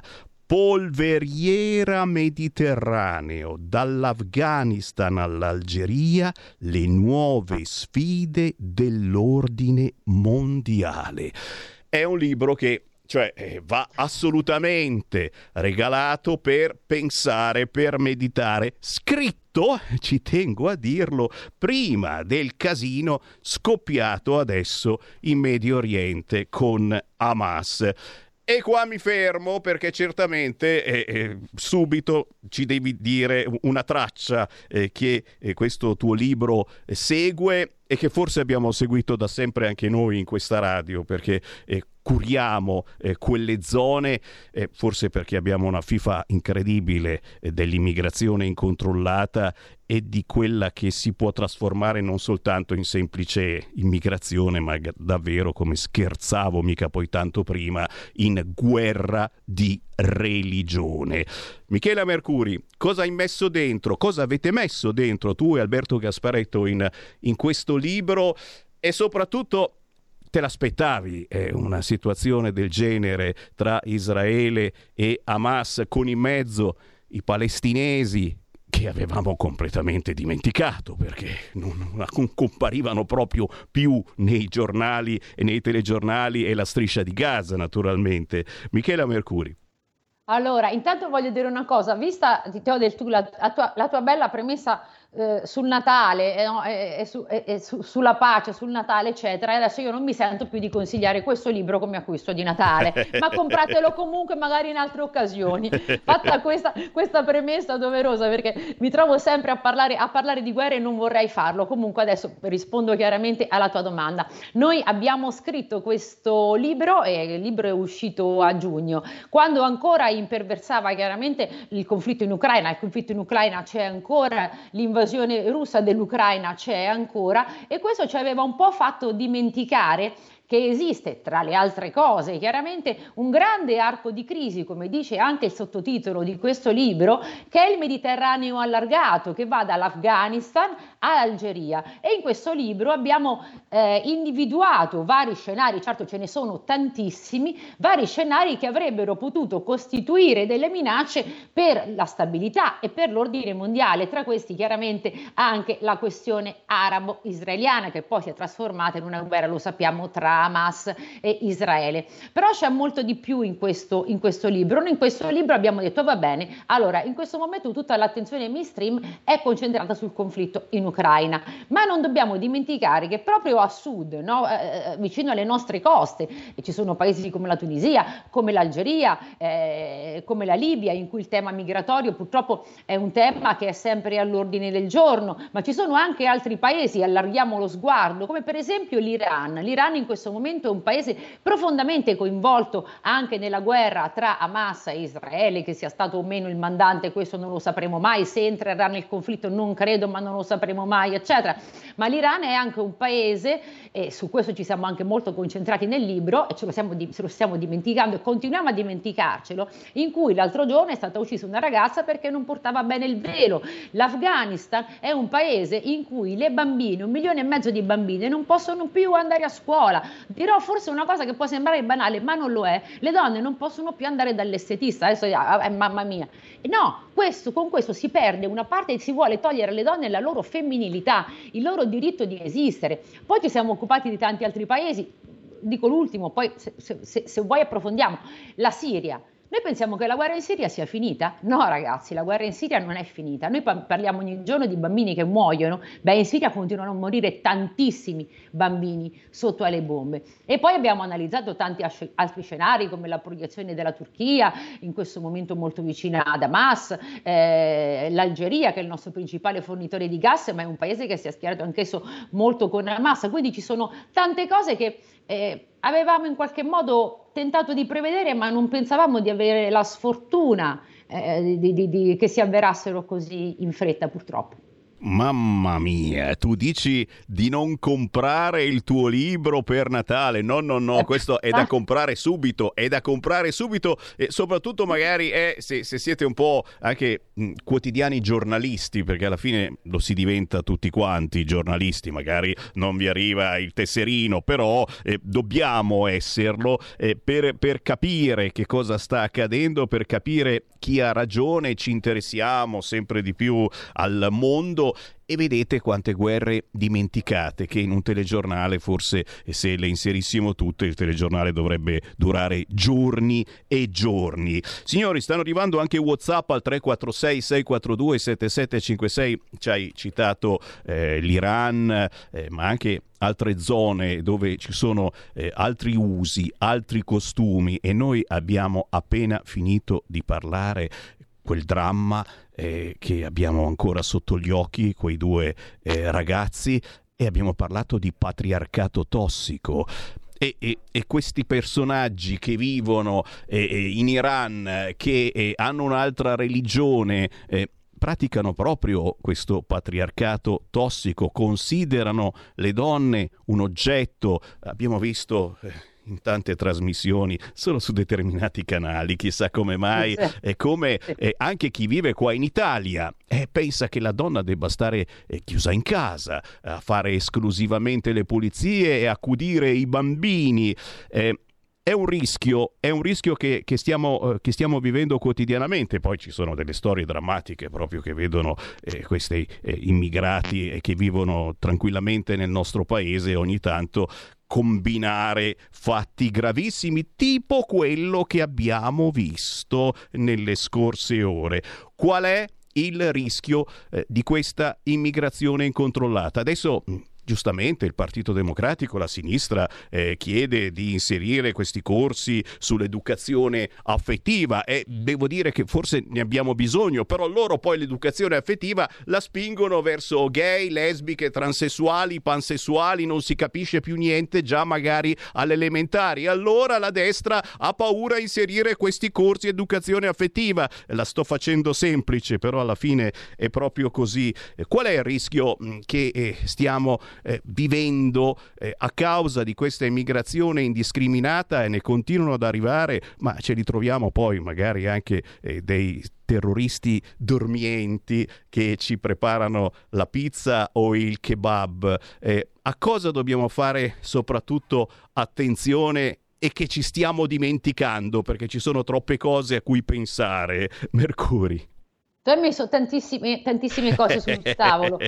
Polveriera Mediterraneo, dall'Afghanistan all'Algeria, le nuove sfide dell'ordine mondiale. È un libro che cioè eh, va assolutamente regalato per pensare, per meditare, scritto, ci tengo a dirlo, prima del casino scoppiato adesso in Medio Oriente con Hamas. E qua mi fermo, perché certamente eh, eh, subito ci devi dire una traccia eh, che eh, questo tuo libro eh, segue e che forse abbiamo seguito da sempre anche noi in questa radio, perché eh, curiamo eh, quelle zone, eh, forse perché abbiamo una fifa incredibile eh, dell'immigrazione incontrollata e di quella che si può trasformare non soltanto in semplice immigrazione, ma davvero, come scherzavo mica poi tanto prima, in guerra di religione. Michela Mercuri, cosa hai messo dentro? Cosa avete messo dentro tu e Alberto Gasparetto in, in questo libro? E soprattutto, te l'aspettavi eh, una situazione del genere tra Israele e Hamas, con in mezzo i palestinesi, che avevamo completamente dimenticato perché non, non comparivano proprio più nei giornali e nei telegiornali, e la striscia di Gaza naturalmente. Michela Mercuri. Allora, intanto voglio dire una cosa, vista, ti ho detto, la, la, tua, la tua bella premessa eh, sul Natale eh, no, e, e, su, e, e su, sulla pace, sul Natale eccetera, e adesso io non mi sento più di consigliare questo libro come acquisto di Natale, ma compratelo comunque magari in altre occasioni. Fatta questa, questa premessa doverosa, perché mi trovo sempre a parlare, a parlare di guerra e non vorrei farlo. Comunque adesso rispondo chiaramente alla tua domanda. Noi abbiamo scritto questo libro e il libro è uscito a giugno, quando ancora imperversava chiaramente il conflitto in Ucraina. Il conflitto in Ucraina c'è ancora, l'invasione russa dell'Ucraina c'è ancora, e questo ci aveva un po' fatto dimenticare che esiste, tra le altre cose, chiaramente un grande arco di crisi, come dice anche il sottotitolo di questo libro, che è il Mediterraneo allargato, che va dall'Afghanistan all'Algeria. E in questo libro abbiamo eh, individuato vari scenari, certo ce ne sono tantissimi, vari scenari che avrebbero potuto costituire delle minacce per la stabilità e per l'ordine mondiale, tra questi chiaramente anche la questione arabo-israeliana, che poi si è trasformata in una guerra, lo sappiamo, tra Hamas e Israele. Però c'è molto di più in questo, in questo libro. Noi in questo libro abbiamo detto va bene, allora in questo momento tutta l'attenzione mainstream è concentrata sul conflitto in Ucraina, ma non dobbiamo dimenticare che proprio a sud, no, eh, vicino alle nostre coste, e ci sono paesi come la Tunisia, come l'Algeria, eh, come la Libia, in cui il tema migratorio purtroppo è un tema che è sempre all'ordine del giorno, ma ci sono anche altri paesi, allarghiamo lo sguardo, come per esempio l'Iran. L'Iran in questo momento è un paese profondamente coinvolto anche nella guerra tra Hamas e Israele, che sia stato o meno il mandante, questo non lo sapremo mai, se entrerà nel conflitto non credo, ma non lo sapremo mai, eccetera. Ma l'Iran è anche un paese, e su questo ci siamo anche molto concentrati nel libro, e ce lo stiamo, ce lo stiamo dimenticando e continuiamo a dimenticarcelo, in cui l'altro giorno è stata uccisa una ragazza perché non portava bene il velo. L'Afghanistan è un paese in cui le bambine, un milione e mezzo di bambine, non possono più andare a scuola. Dirò forse una cosa che può sembrare banale, ma non lo è. Le donne non possono più andare dall'estetista. Adesso, eh, mamma mia. No, questo, con questo si perde una parte e si vuole togliere alle donne la loro femminilità, il loro diritto di esistere. Poi ci siamo occupati di tanti altri paesi. Dico l'ultimo, poi se, se, se vuoi approfondiamo. La Siria. Noi pensiamo che la guerra in Siria sia finita? No ragazzi, la guerra in Siria non è finita. Noi parliamo ogni giorno di bambini che muoiono. Beh, in Siria continuano a morire tantissimi bambini sotto alle bombe. E poi abbiamo analizzato tanti altri scenari, come la proiezione della Turchia, in questo momento molto vicina ad Hamas, eh, l'Algeria, che è il nostro principale fornitore di gas, ma è un paese che si è schierato anch'esso molto con Hamas. Quindi ci sono tante cose che eh, avevamo in qualche modo tentato di prevedere, ma non pensavamo di avere la sfortuna eh, di, di, di, che si avverassero così in fretta, purtroppo. Mamma mia, tu dici di non comprare il tuo libro per Natale? No, no, no, questo è da comprare subito, è da comprare subito, e soprattutto magari è, se, se siete un po' anche mh, quotidiani giornalisti, perché alla fine lo si diventa tutti quanti giornalisti, magari non vi arriva il tesserino, però eh, dobbiamo esserlo eh, per, per capire che cosa sta accadendo, per capire chi ha ragione. Ci interessiamo sempre di più al mondo. E vedete quante guerre dimenticate che in un telegiornale, forse se le inserissimo tutte, il telegiornale dovrebbe durare giorni e giorni. Signori, stanno arrivando anche WhatsApp al tre quattro sei sei quattro due sette sette cinque sei. Ci hai citato eh, l'Iran, eh, ma anche altre zone dove ci sono eh, altri usi, altri costumi, e noi abbiamo appena finito di parlare quel dramma eh, che abbiamo ancora sotto gli occhi, quei due eh, ragazzi, e abbiamo parlato di patriarcato tossico. E, e, e questi personaggi che vivono eh, in Iran, che eh, hanno un'altra religione, eh, praticano proprio questo patriarcato tossico, considerano le donne un oggetto. Abbiamo visto Eh, in tante trasmissioni, solo su determinati canali, chissà come mai, e come eh, anche chi vive qua in Italia eh, pensa che la donna debba stare eh, chiusa in casa, a fare esclusivamente le pulizie e accudire i bambini. Eh, È un rischio, è un rischio che, che, stiamo, eh, che stiamo vivendo quotidianamente. Poi ci sono delle storie drammatiche proprio che vedono eh, questi eh, immigrati eh, che vivono tranquillamente nel nostro paese, ogni tanto combinare fatti gravissimi, tipo quello che abbiamo visto nelle scorse ore. Qual è il rischio eh, di questa immigrazione incontrollata? Adesso giustamente il Partito Democratico, la sinistra, eh, chiede di inserire questi corsi sull'educazione affettiva, e devo dire che forse ne abbiamo bisogno, però loro poi l'educazione affettiva la spingono verso gay, lesbiche, transessuali, pansessuali, non si capisce più niente già magari alle elementari. Allora la destra ha paura a inserire questi corsi educazione affettiva. La sto facendo semplice, però alla fine è proprio così. Qual è il rischio che eh, stiamo eh, vivendo eh, a causa di questa immigrazione indiscriminata, e ne continuano ad arrivare, ma ce li troviamo poi magari anche eh, dei terroristi dormienti che ci preparano la pizza o il kebab. Eh, a cosa dobbiamo fare soprattutto attenzione e che ci stiamo dimenticando, perché ci sono troppe cose a cui pensare, Mercuri? Tu hai messo tantissime, tantissime cose sul tavolo.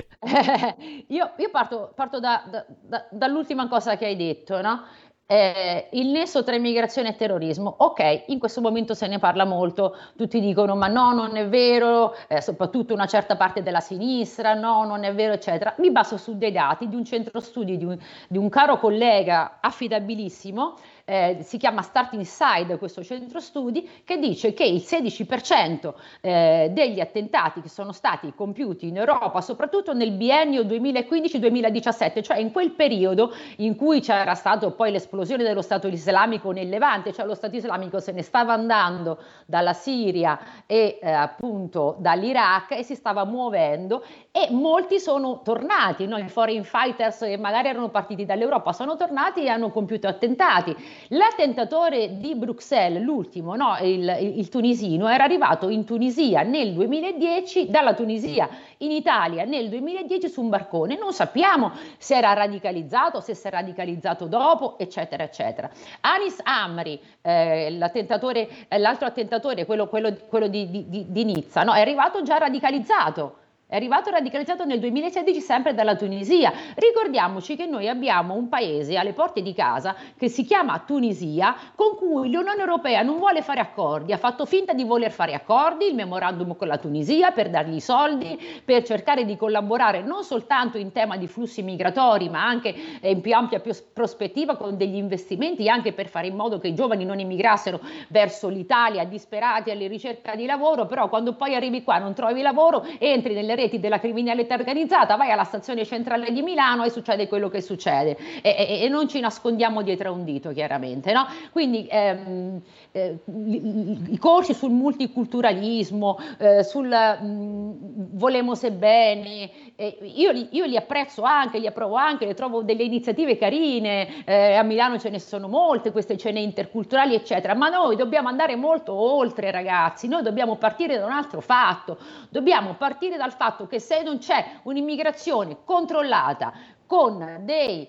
io, io parto, parto da, da, da, dall'ultima cosa che hai detto, no? Eh, il nesso tra immigrazione e terrorismo. Ok, in questo momento se ne parla molto, tutti dicono ma no, non è vero, eh, soprattutto una certa parte della sinistra, no, non è vero, eccetera. Mi baso su dei dati di un centro studi di un, di un caro collega affidabilissimo, eh, si chiama Start Inside, questo centro studi, che dice che il sedici per cento eh, degli attentati che sono stati compiuti in Europa, soprattutto nel biennio duemilaquindici duemiladiciassette, cioè in quel periodo in cui c'era stato poi l'esplosione dello Stato islamico nel Levante, cioè lo Stato islamico se ne stava andando dalla Siria e eh, appunto dall'Iraq e si stava muovendo, e molti sono tornati, no? I foreign fighters che magari erano partiti dall'Europa sono tornati e hanno compiuto attentati. L'attentatore di Bruxelles, l'ultimo, no? il, il, il tunisino, era arrivato in Tunisia nel duemiladieci, dalla Tunisia in Italia nel duemiladieci su un barcone. Non sappiamo se era radicalizzato, se si è radicalizzato dopo, eccetera, eccetera. Anis Amri, eh, l'attentatore, l'altro attentatore, quello, quello, quello di, di, di Nizza, no? È arrivato già radicalizzato. È arrivato radicalizzato nel duemilasedici sempre dalla Tunisia. Ricordiamoci che noi abbiamo un paese alle porte di casa che si chiama Tunisia, con cui l'Unione Europea non vuole fare accordi, ha fatto finta di voler fare accordi, il memorandum con la Tunisia per dargli i soldi, per cercare di collaborare non soltanto in tema di flussi migratori, ma anche in più ampia più prospettiva con degli investimenti, anche per fare in modo che i giovani non emigrassero verso l'Italia disperati alla ricerca di lavoro. Però quando poi arrivi qua non trovi lavoro, entri nelle reti della criminalità organizzata, vai alla stazione centrale di Milano e succede quello che succede, e, e, e non ci nascondiamo dietro a un dito, chiaramente, no? Quindi ehm, eh, i, i corsi sul multiculturalismo, eh, sul mh, volemos bene, eh, io, li, io li apprezzo anche, li approvo anche, le trovo delle iniziative carine, eh, a Milano ce ne sono molte, queste cene interculturali, eccetera, ma noi dobbiamo andare molto oltre, ragazzi. Noi dobbiamo partire da un altro fatto, dobbiamo partire dal fatto che se non c'è un'immigrazione controllata con dei,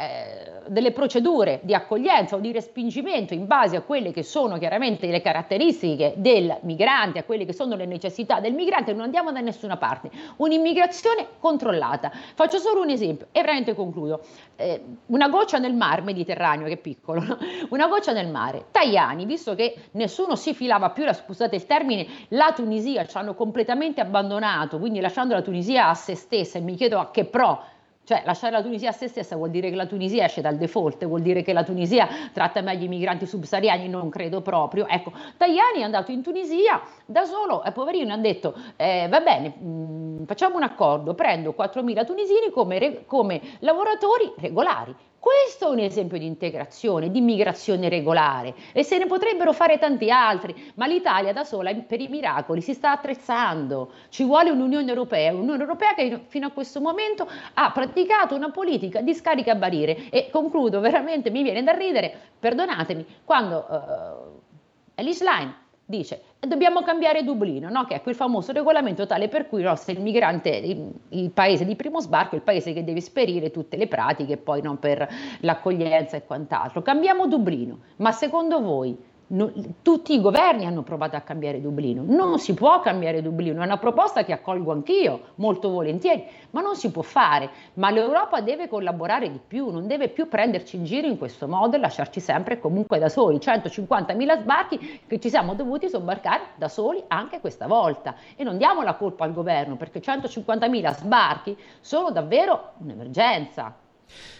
eh, delle procedure di accoglienza o di respingimento in base a quelle che sono chiaramente le caratteristiche del migrante, a quelle che sono le necessità del migrante, non andiamo da nessuna parte. Un'immigrazione controllata. Faccio solo un esempio e veramente concludo. Eh, una goccia nel mare Mediterraneo, che è piccolo, no? Una goccia nel mare. Tajani, visto che nessuno si filava più, scusate il termine, la Tunisia ci hanno completamente abbandonato, quindi lasciando la Tunisia a se stessa, e mi chiedo a che pro. Cioè lasciare la Tunisia a se stessa vuol dire che la Tunisia esce dal default, vuol dire che la Tunisia tratta meglio i migranti subsahariani? Non credo proprio. Ecco, Tajani è andato in Tunisia da solo e poverino ha detto eh, va bene, mh, facciamo un accordo, prendo quattromila tunisini come, re- come lavoratori regolari. Questo è un esempio di integrazione, di immigrazione regolare, e se ne potrebbero fare tanti altri, ma l'Italia da sola per i miracoli si sta attrezzando. Ci vuole un'Unione Europea, un'Unione Europea che fino a questo momento ha praticato una politica di scaricabarile. E concludo, veramente mi viene da ridere, perdonatemi, quando uh, Ellis Line dice dobbiamo cambiare Dublino, no? Che è quel famoso regolamento tale per cui no, se il migrante, il, il paese di primo sbarco è il paese che deve esperire tutte le pratiche poi non per l'accoglienza e quant'altro. Cambiamo Dublino, ma secondo voi no, tutti i governi hanno provato a cambiare Dublino? Non si può cambiare Dublino, è una proposta che accolgo anch'io molto volentieri, ma non si può fare. Ma l'Europa deve collaborare di più, non deve più prenderci in giro in questo modo e lasciarci sempre comunque da soli. centocinquantamila sbarchi che ci siamo dovuti sobbarcare da soli anche questa volta, e non diamo la colpa al governo, perché centocinquantamila sbarchi sono davvero un'emergenza.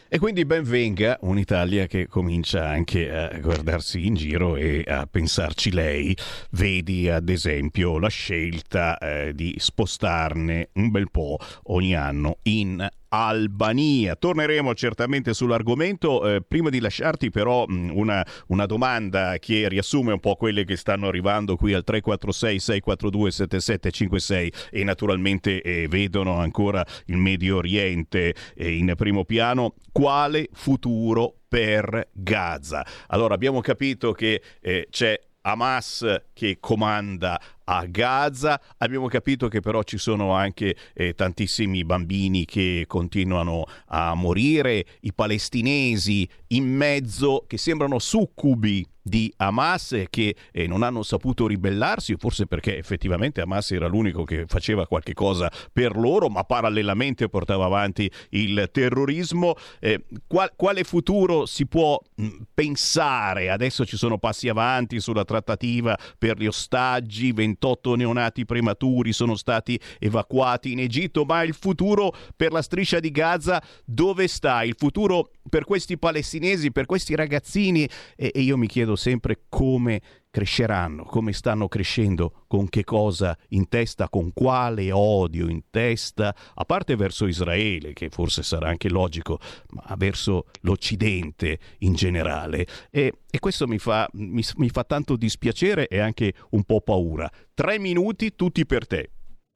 E quindi ben venga un'Italia che comincia anche a guardarsi in giro e a pensarci lei. Vedi ad esempio la scelta eh, di spostarne un bel po' ogni anno in Albania. Torneremo certamente sull'argomento. Eh, prima di lasciarti però mh, una, una domanda che riassume un po' quelle che stanno arrivando qui al tre quattro sei sei quattro due sette sette cinque sei e naturalmente eh, vedono ancora il Medio Oriente eh, in primo piano. Quale futuro per Gaza? Allora, abbiamo capito che eh, c'è Hamas che comanda a Gaza, abbiamo capito che però ci sono anche eh, tantissimi bambini che continuano a morire, i palestinesi in mezzo che sembrano succubi di Hamas e che eh, non hanno saputo ribellarsi, forse perché effettivamente Hamas era l'unico che faceva qualche cosa per loro, ma parallelamente portava avanti il terrorismo. Eh, qual- quale futuro si può mh, pensare? Adesso ci sono passi avanti sulla trattativa per gli ostaggi, ventotto neonati prematuri sono stati evacuati in Egitto, ma il futuro per la striscia di Gaza dove sta? Il futuro per questi palestinesi, per questi ragazzini? E, e io mi chiedo sempre come cresceranno, come stanno crescendo, con che cosa in testa, con quale odio in testa, a parte verso Israele, che forse sarà anche logico, ma verso l'Occidente in generale. E, e questo mi fa, mi, mi fa tanto dispiacere e anche un po' paura. Tre minuti tutti per te.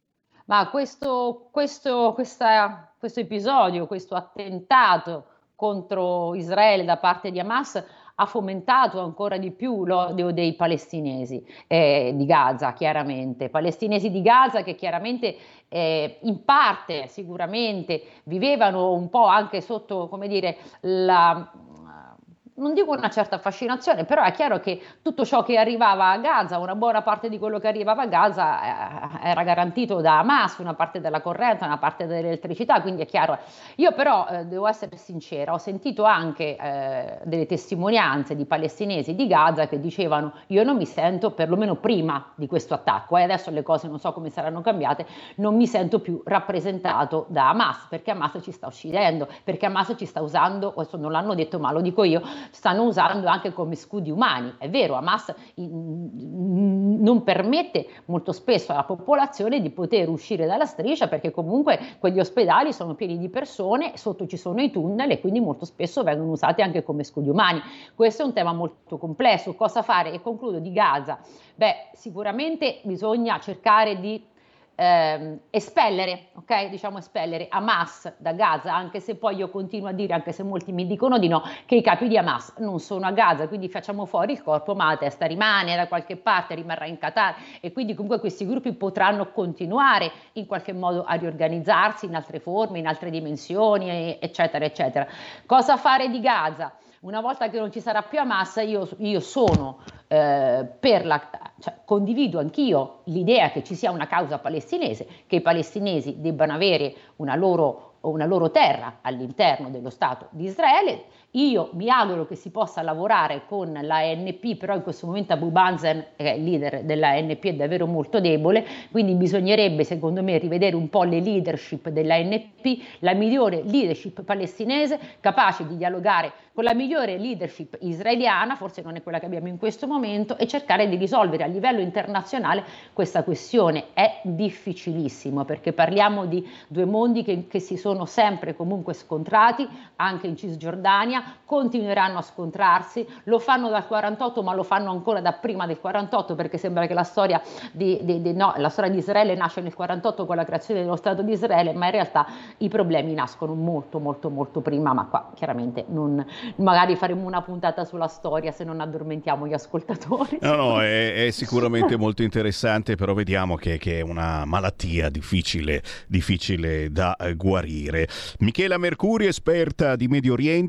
Ma questo, questo, questa, questo episodio, questo attentato contro Israele da parte di Hamas ha fomentato ancora di più l'odio dei palestinesi eh, di Gaza, chiaramente. Palestinesi di Gaza che chiaramente eh, in parte sicuramente vivevano un po' anche sotto, come dire, la... non dico una certa fascinazione, però è chiaro che tutto ciò che arrivava a Gaza, una buona parte di quello che arrivava a Gaza eh, era garantito da Hamas, una parte della corrente, una parte dell'elettricità, quindi è chiaro. Io però eh, devo essere sincera, ho sentito anche eh, delle testimonianze di palestinesi di Gaza che dicevano: io non mi sento, perlomeno prima di questo attacco, e eh, adesso le cose non so come saranno cambiate, non mi sento più rappresentato da Hamas, perché Hamas ci sta uccidendo, perché Hamas ci sta usando, questo non l'hanno detto ma lo dico io, stanno usando anche come scudi umani. È vero, Hamas non permette molto spesso alla popolazione di poter uscire dalla striscia, perché comunque quegli ospedali sono pieni di persone, sotto ci sono i tunnel e quindi molto spesso vengono usati anche come scudi umani. Questo è un tema molto complesso. Cosa fare? E concludo di Gaza. Beh, sicuramente bisogna cercare di Eh, espellere, ok? Diciamo espellere Hamas da Gaza, anche se poi io continuo a dire, anche se molti mi dicono di no, che i capi di Hamas non sono a Gaza, quindi facciamo fuori il corpo, ma la testa rimane da qualche parte, rimarrà in Qatar, e quindi comunque questi gruppi potranno continuare in qualche modo a riorganizzarsi in altre forme, in altre dimensioni, eccetera, eccetera. Cosa fare di Gaza? Una volta che non ci sarà più Hamas, io, io sono eh, per la, cioè, condivido anch'io l'idea che ci sia una causa palestinese, che i palestinesi debbano avere una loro, una loro terra all'interno dello Stato di Israele. Io mi auguro che si possa lavorare con l'A N P, però in questo momento Abu Mazen, che è il leader dell'A N P, è davvero molto debole, quindi bisognerebbe secondo me rivedere un po' le leadership dell'A N P, la migliore leadership palestinese, capace di dialogare con la migliore leadership israeliana, forse non è quella che abbiamo in questo momento, e cercare di risolvere a livello internazionale questa questione. È difficilissimo, perché parliamo di due mondi che, che si sono sempre comunque scontrati, anche in Cisgiordania, continueranno a scontrarsi, lo fanno dal quarantotto, ma lo fanno ancora da prima del quarantotto, perché sembra che la storia di, di, di, no, la storia di Israele nasce nel quarantotto con la creazione dello Stato di Israele, ma in realtà i problemi nascono molto molto molto prima, ma qua chiaramente non, magari faremo una puntata sulla storia se non addormentiamo gli ascoltatori. No, no, è, è sicuramente molto interessante, però vediamo che, che è una malattia difficile, difficile da eh, guarire. Michela Mercuri, esperta di Medio Oriente, docente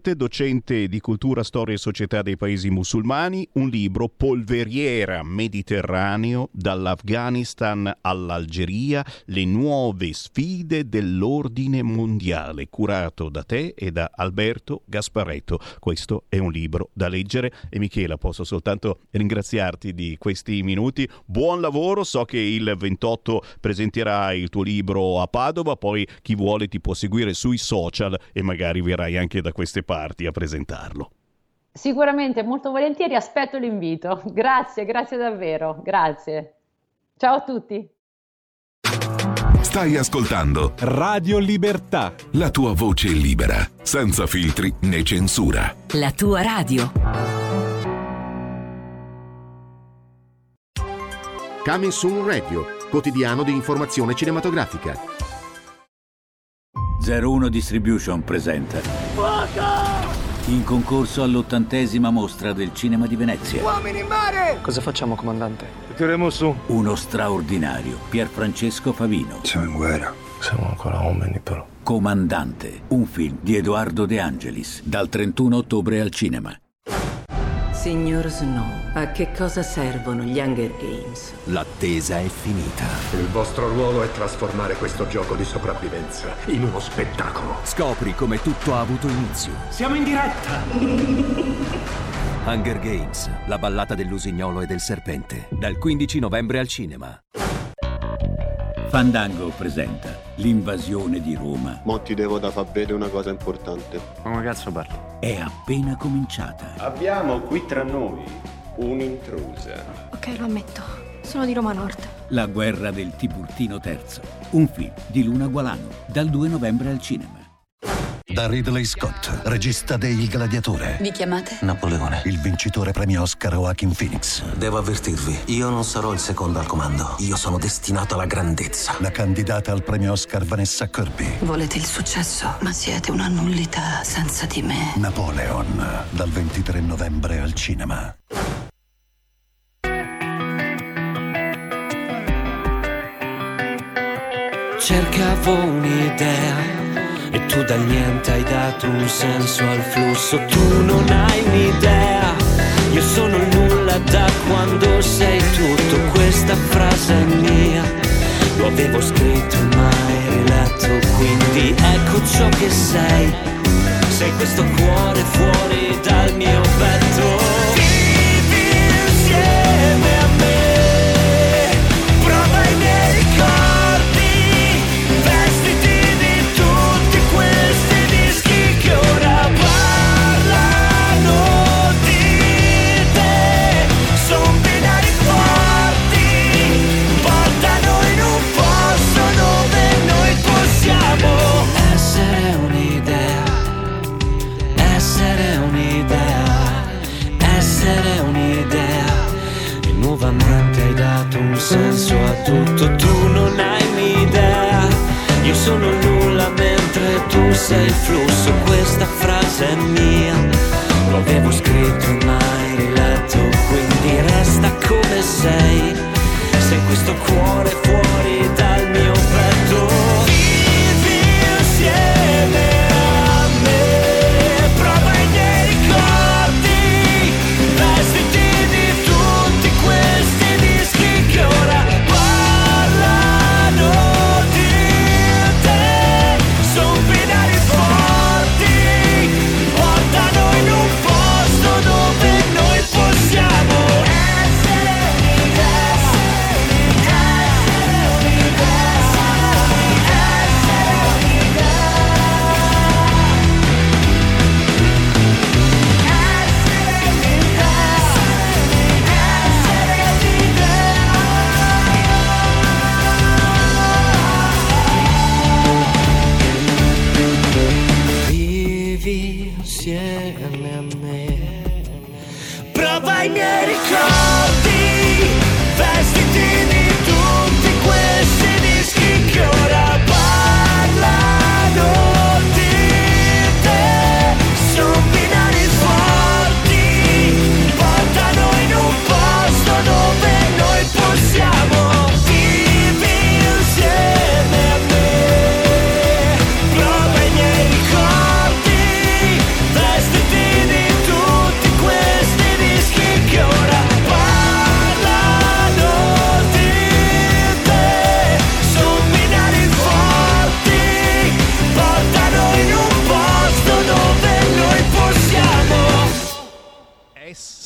docente di cultura, storia e società dei paesi musulmani, un libro Polveriera Mediterraneo, dall'Afghanistan all'Algeria, le nuove sfide dell'ordine mondiale, curato da te e da Alberto Gasparetto. Questo è un libro da leggere e Michela, posso soltanto ringraziarti di questi minuti. Buon lavoro, so che il ventotto presenterai il tuo libro a Padova, poi chi vuole ti può seguire sui social e magari verrai anche da queste parti a presentarlo. Sicuramente, molto volentieri, aspetto l'invito. Grazie, grazie davvero, grazie. Ciao a tutti. Stai ascoltando Radio Libertà, la tua voce libera, senza filtri né censura. La tua radio. Coming Soon Radio, quotidiano di informazione cinematografica. zero uno Distribution presenta Fuoco! in concorso all'ottantesima mostra del cinema di Venezia. Uomini in mare! Cosa facciamo, comandante? Tireremo su uno straordinario Pierfrancesco Favino. Siamo in guerra, siamo ancora uomini però. Comandante, un film di Edoardo De Angelis, dal trentuno ottobre al cinema. Signor Snow, a che cosa servono gli Hunger Games? L'attesa è finita. Il vostro ruolo è trasformare questo gioco di sopravvivenza in uno spettacolo. Scopri come tutto ha avuto inizio. Siamo in diretta! Hunger Games, la ballata dell'usignolo e del serpente, dal quindici novembre al cinema. Fandango presenta l'invasione di Roma. Mo ti devo da far vedere una cosa importante. Come cazzo parli? È appena cominciata. Abbiamo qui tra noi un'intrusa. Ok, lo ammetto. Sono di Roma Nord. La guerra del Tiburtino terzo. Un film di Luna Gualano, dal due novembre al cinema. Da Ridley Scott, regista de Il Gladiatore. Vi chiamate? Napoleone. Il vincitore premio Oscar Joaquin Phoenix. Devo avvertirvi, io non sarò il secondo al comando. Io sono destinato alla grandezza. La candidata al premio Oscar Vanessa Kirby. Volete il successo, ma siete una nullità senza di me. Napoleon, dal ventitré novembre al cinema. Cercavo un'idea e tu dal niente hai dato un senso al flusso. Tu non hai un'idea, io sono il nulla da quando sei tutto. Questa frase è mia, lo avevo scritto mai riletto. Quindi ecco ciò che sei, sei questo cuore fuori dal mio petto. Vivi insieme a me, prova i miei ricordi, vestiti questi dischi che ora parlano di te. Son binari forti, portano in un posto dove noi possiamo essere un'idea, essere un'idea, essere un'idea. E nuovamente hai dato un senso a tutto. Tu non hai un'idea, io sono il nulla mentre tu sei il flusso. Questa frase è mia, lo avevo scritto e mai riletto. Quindi resta come sei, sei questo cuore fuori dal mio petto. Vivi insieme a me, prova i miei ricordi, vestiti di tutti questi dischi che ora parlano di te. Son binari forti, portano in un posto dove noi possiamo essere un'idea, essere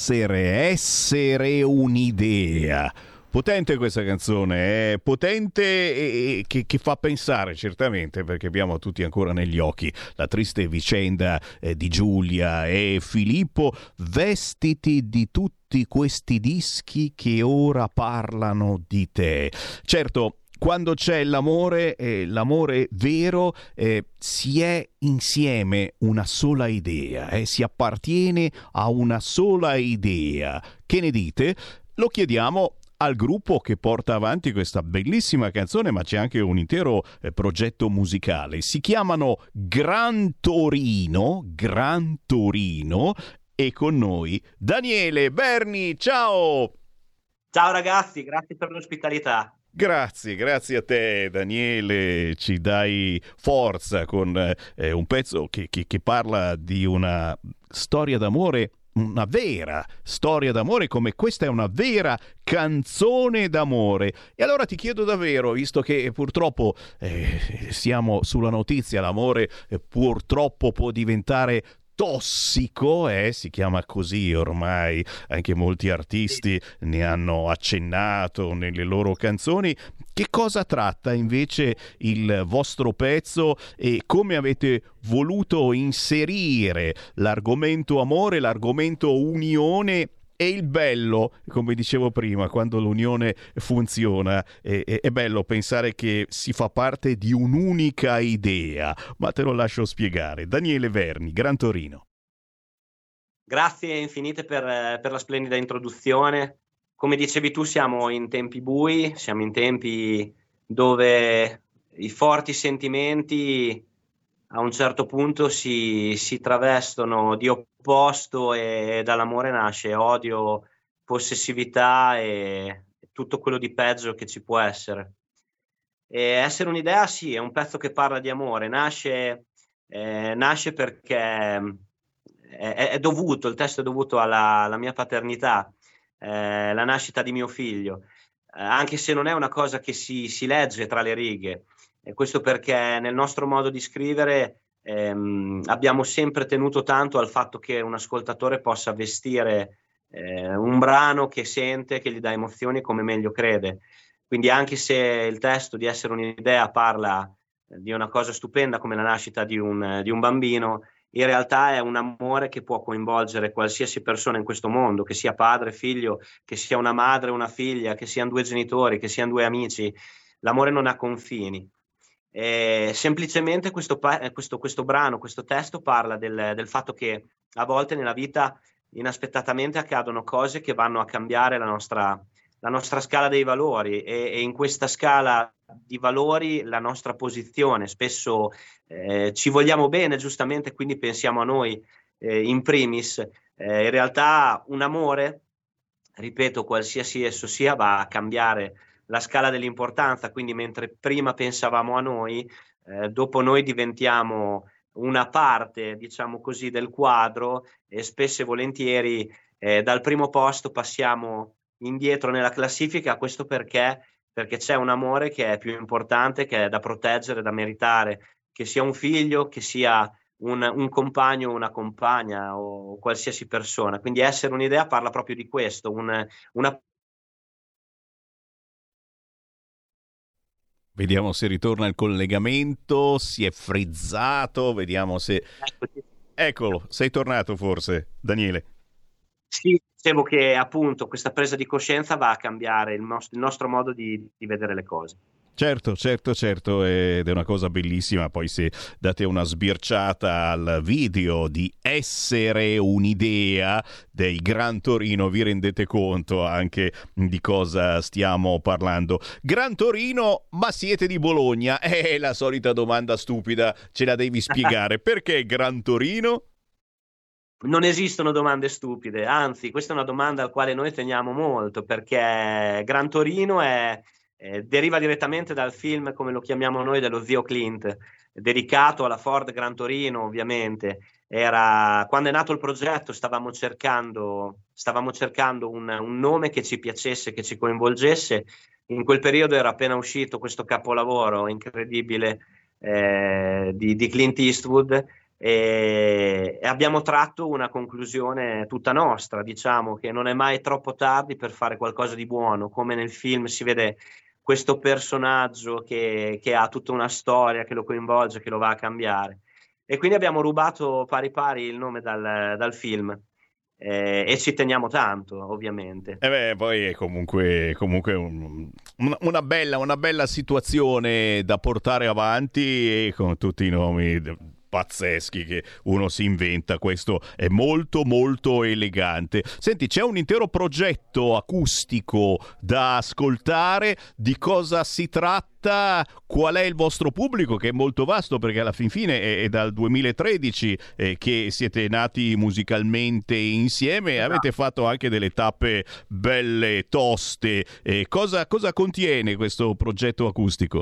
essere, essere un'idea. Potente questa canzone, è potente e che, che fa pensare certamente, perché abbiamo tutti ancora negli occhi la triste vicenda eh, di Giulia e Filippo. Vestiti di tutti questi dischi che ora parlano di te. Certo, quando c'è l'amore, eh, l'amore vero, eh, si è insieme una sola idea, eh, si appartiene a una sola idea. Che ne dite? Lo chiediamo al gruppo che porta avanti questa bellissima canzone, ma c'è anche un intero eh, progetto musicale. Si chiamano Gran Torino, Gran Torino, e con noi Daniele Berni. Ciao! Ciao ragazzi, grazie per l'ospitalità. Grazie, grazie a te Daniele, ci dai forza con eh, un pezzo che, che, che parla di una storia d'amore, una vera storia d'amore, come questa è una vera canzone d'amore. E allora ti chiedo davvero, visto che purtroppo eh, siamo sulla notizia, l'amore eh, purtroppo può diventare tossico, eh, si chiama così ormai, anche molti artisti ne hanno accennato nelle loro canzoni. Che cosa tratta invece il vostro pezzo e come avete voluto inserire l'argomento amore, l'argomento unione? E il bello, come dicevo prima, quando l'unione funziona, è, è, è bello pensare che si fa parte di un'unica idea, ma te lo lascio spiegare. Daniele Verni, Gran Torino. Grazie infinite per, per la splendida introduzione. Come dicevi tu, siamo in tempi bui, siamo in tempi dove i forti sentimenti a un certo punto si, si travestono di opposto e dall'amore nasce odio, possessività e tutto quello di peggio che ci può essere. E essere un'idea, sì, è un pezzo che parla di amore, nasce, eh, nasce perché è, è dovuto, il testo è dovuto alla, alla mia paternità, eh, la nascita di mio figlio, eh, anche se non è una cosa che si, si legge tra le righe. E questo perché nel nostro modo di scrivere ehm, abbiamo sempre tenuto tanto al fatto che un ascoltatore possa vestire eh, un brano che sente, che gli dà emozioni come meglio crede. Quindi anche se il testo di Essere un'idea parla di una cosa stupenda come la nascita di un, di un bambino, in realtà è un amore che può coinvolgere qualsiasi persona in questo mondo, che sia padre, figlio, che sia una madre, una figlia, che siano due genitori, che siano due amici. L'amore non ha confini. Eh, semplicemente questo, questo, questo brano, questo testo parla del, del fatto che a volte nella vita inaspettatamente accadono cose che vanno a cambiare la nostra, la nostra scala dei valori e, e in questa scala di valori la nostra posizione. Spesso eh, ci vogliamo bene, giustamente, quindi pensiamo a noi eh, in primis. Eh, in realtà un amore, ripeto, qualsiasi esso sia, va a cambiare la scala dell'importanza, quindi mentre prima pensavamo a noi, eh, dopo noi diventiamo una parte, diciamo così, del quadro e spesso e volentieri eh, dal primo posto passiamo indietro nella classifica. Questo perché? Perché c'è un amore che è più importante, che è da proteggere, da meritare, che sia un figlio, che sia un, un compagno, una compagna o qualsiasi persona. Quindi Essere un'idea parla proprio di questo, un, una Vediamo se ritorna il collegamento, si è frizzato, vediamo se... Eccolo, sei tornato forse, Daniele. Sì, dicevo che appunto questa presa di coscienza va a cambiare il nostro, il nostro modo di, di vedere le cose. Certo, certo, certo, ed è una cosa bellissima. Poi se date una sbirciata al video di Essere un'idea dei Gran Torino vi rendete conto anche di cosa stiamo parlando. Gran Torino, ma siete di Bologna? È la solita domanda stupida, ce la devi spiegare. Perché Gran Torino? Non esistono domande stupide, anzi questa è una domanda al quale noi teniamo molto, perché Gran Torino è... Eh, deriva direttamente dal film, come lo chiamiamo noi, dello zio Clint, dedicato alla Ford Gran Torino. Ovviamente era quando è nato il progetto, stavamo cercando stavamo cercando un, un nome che ci piacesse, che ci coinvolgesse. In quel periodo era appena uscito questo capolavoro incredibile eh, di, di Clint Eastwood, e, e abbiamo tratto una conclusione tutta nostra, diciamo che non è mai troppo tardi per fare qualcosa di buono, come nel film si vede questo personaggio che, che ha tutta una storia che lo coinvolge, che lo va a cambiare, e quindi abbiamo rubato pari pari il nome dal, dal film. Eh, e ci teniamo tanto, ovviamente. E eh beh, poi è comunque, comunque un, una, una, bella, una bella situazione da portare avanti, e con tutti i nomi pazzeschi che uno si inventa, questo è molto molto elegante. Senti, c'è un intero progetto acustico da ascoltare. Di cosa si tratta? Qual è il vostro pubblico, che è molto vasto, perché alla fin fine è, è dal duemilatredici eh, che siete nati musicalmente insieme, e avete fatto anche delle tappe belle toste. Eh, cosa, cosa contiene questo progetto acustico?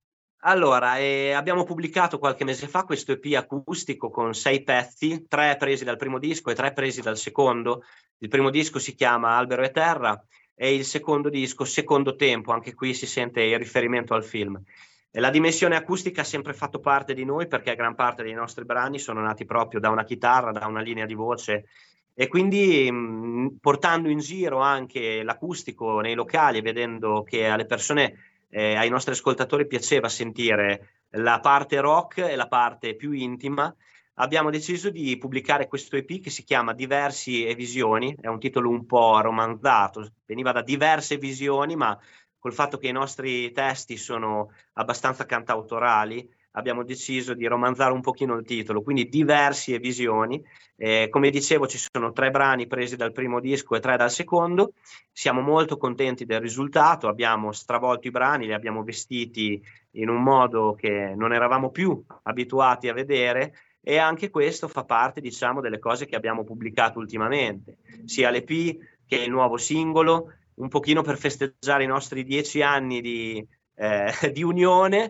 Allora, eh, abbiamo pubblicato qualche mese fa questo E P acustico con sei pezzi, tre presi dal primo disco e tre presi dal secondo. Il primo disco si chiama Albero e Terra e il secondo disco Secondo Tempo, anche qui si sente il riferimento al film. E la dimensione acustica ha sempre fatto parte di noi, perché gran parte dei nostri brani sono nati proprio da una chitarra, da una linea di voce, e quindi mh, portando in giro anche l'acustico nei locali e vedendo che alle persone, Eh, ai nostri ascoltatori piaceva sentire la parte rock e la parte più intima, abbiamo deciso di pubblicare questo E P che si chiama Diversi e Visioni. È un titolo un po' romanzato, veniva da diverse visioni, ma col fatto che i nostri testi sono abbastanza cantautorali abbiamo deciso di romanzare un pochino il titolo, quindi Diversi e Visioni. Eh, come dicevo, ci sono tre brani presi dal primo disco e tre dal secondo. Siamo molto contenti del risultato, abbiamo stravolto i brani, li abbiamo vestiti in un modo che non eravamo più abituati a vedere, e anche questo fa parte, diciamo, delle cose che abbiamo pubblicato ultimamente, sia l'E P che il nuovo singolo, un pochino per festeggiare i nostri dieci anni di, eh, di unione.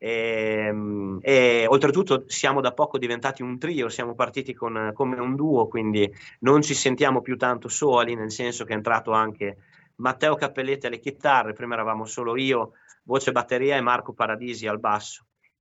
E, e oltretutto siamo da poco diventati un trio, siamo partiti con, come un duo, quindi non ci sentiamo più tanto soli, nel senso che è entrato anche Matteo Cappelletti alle chitarre, prima eravamo solo io, voce batteria, e Marco Paradisi al basso,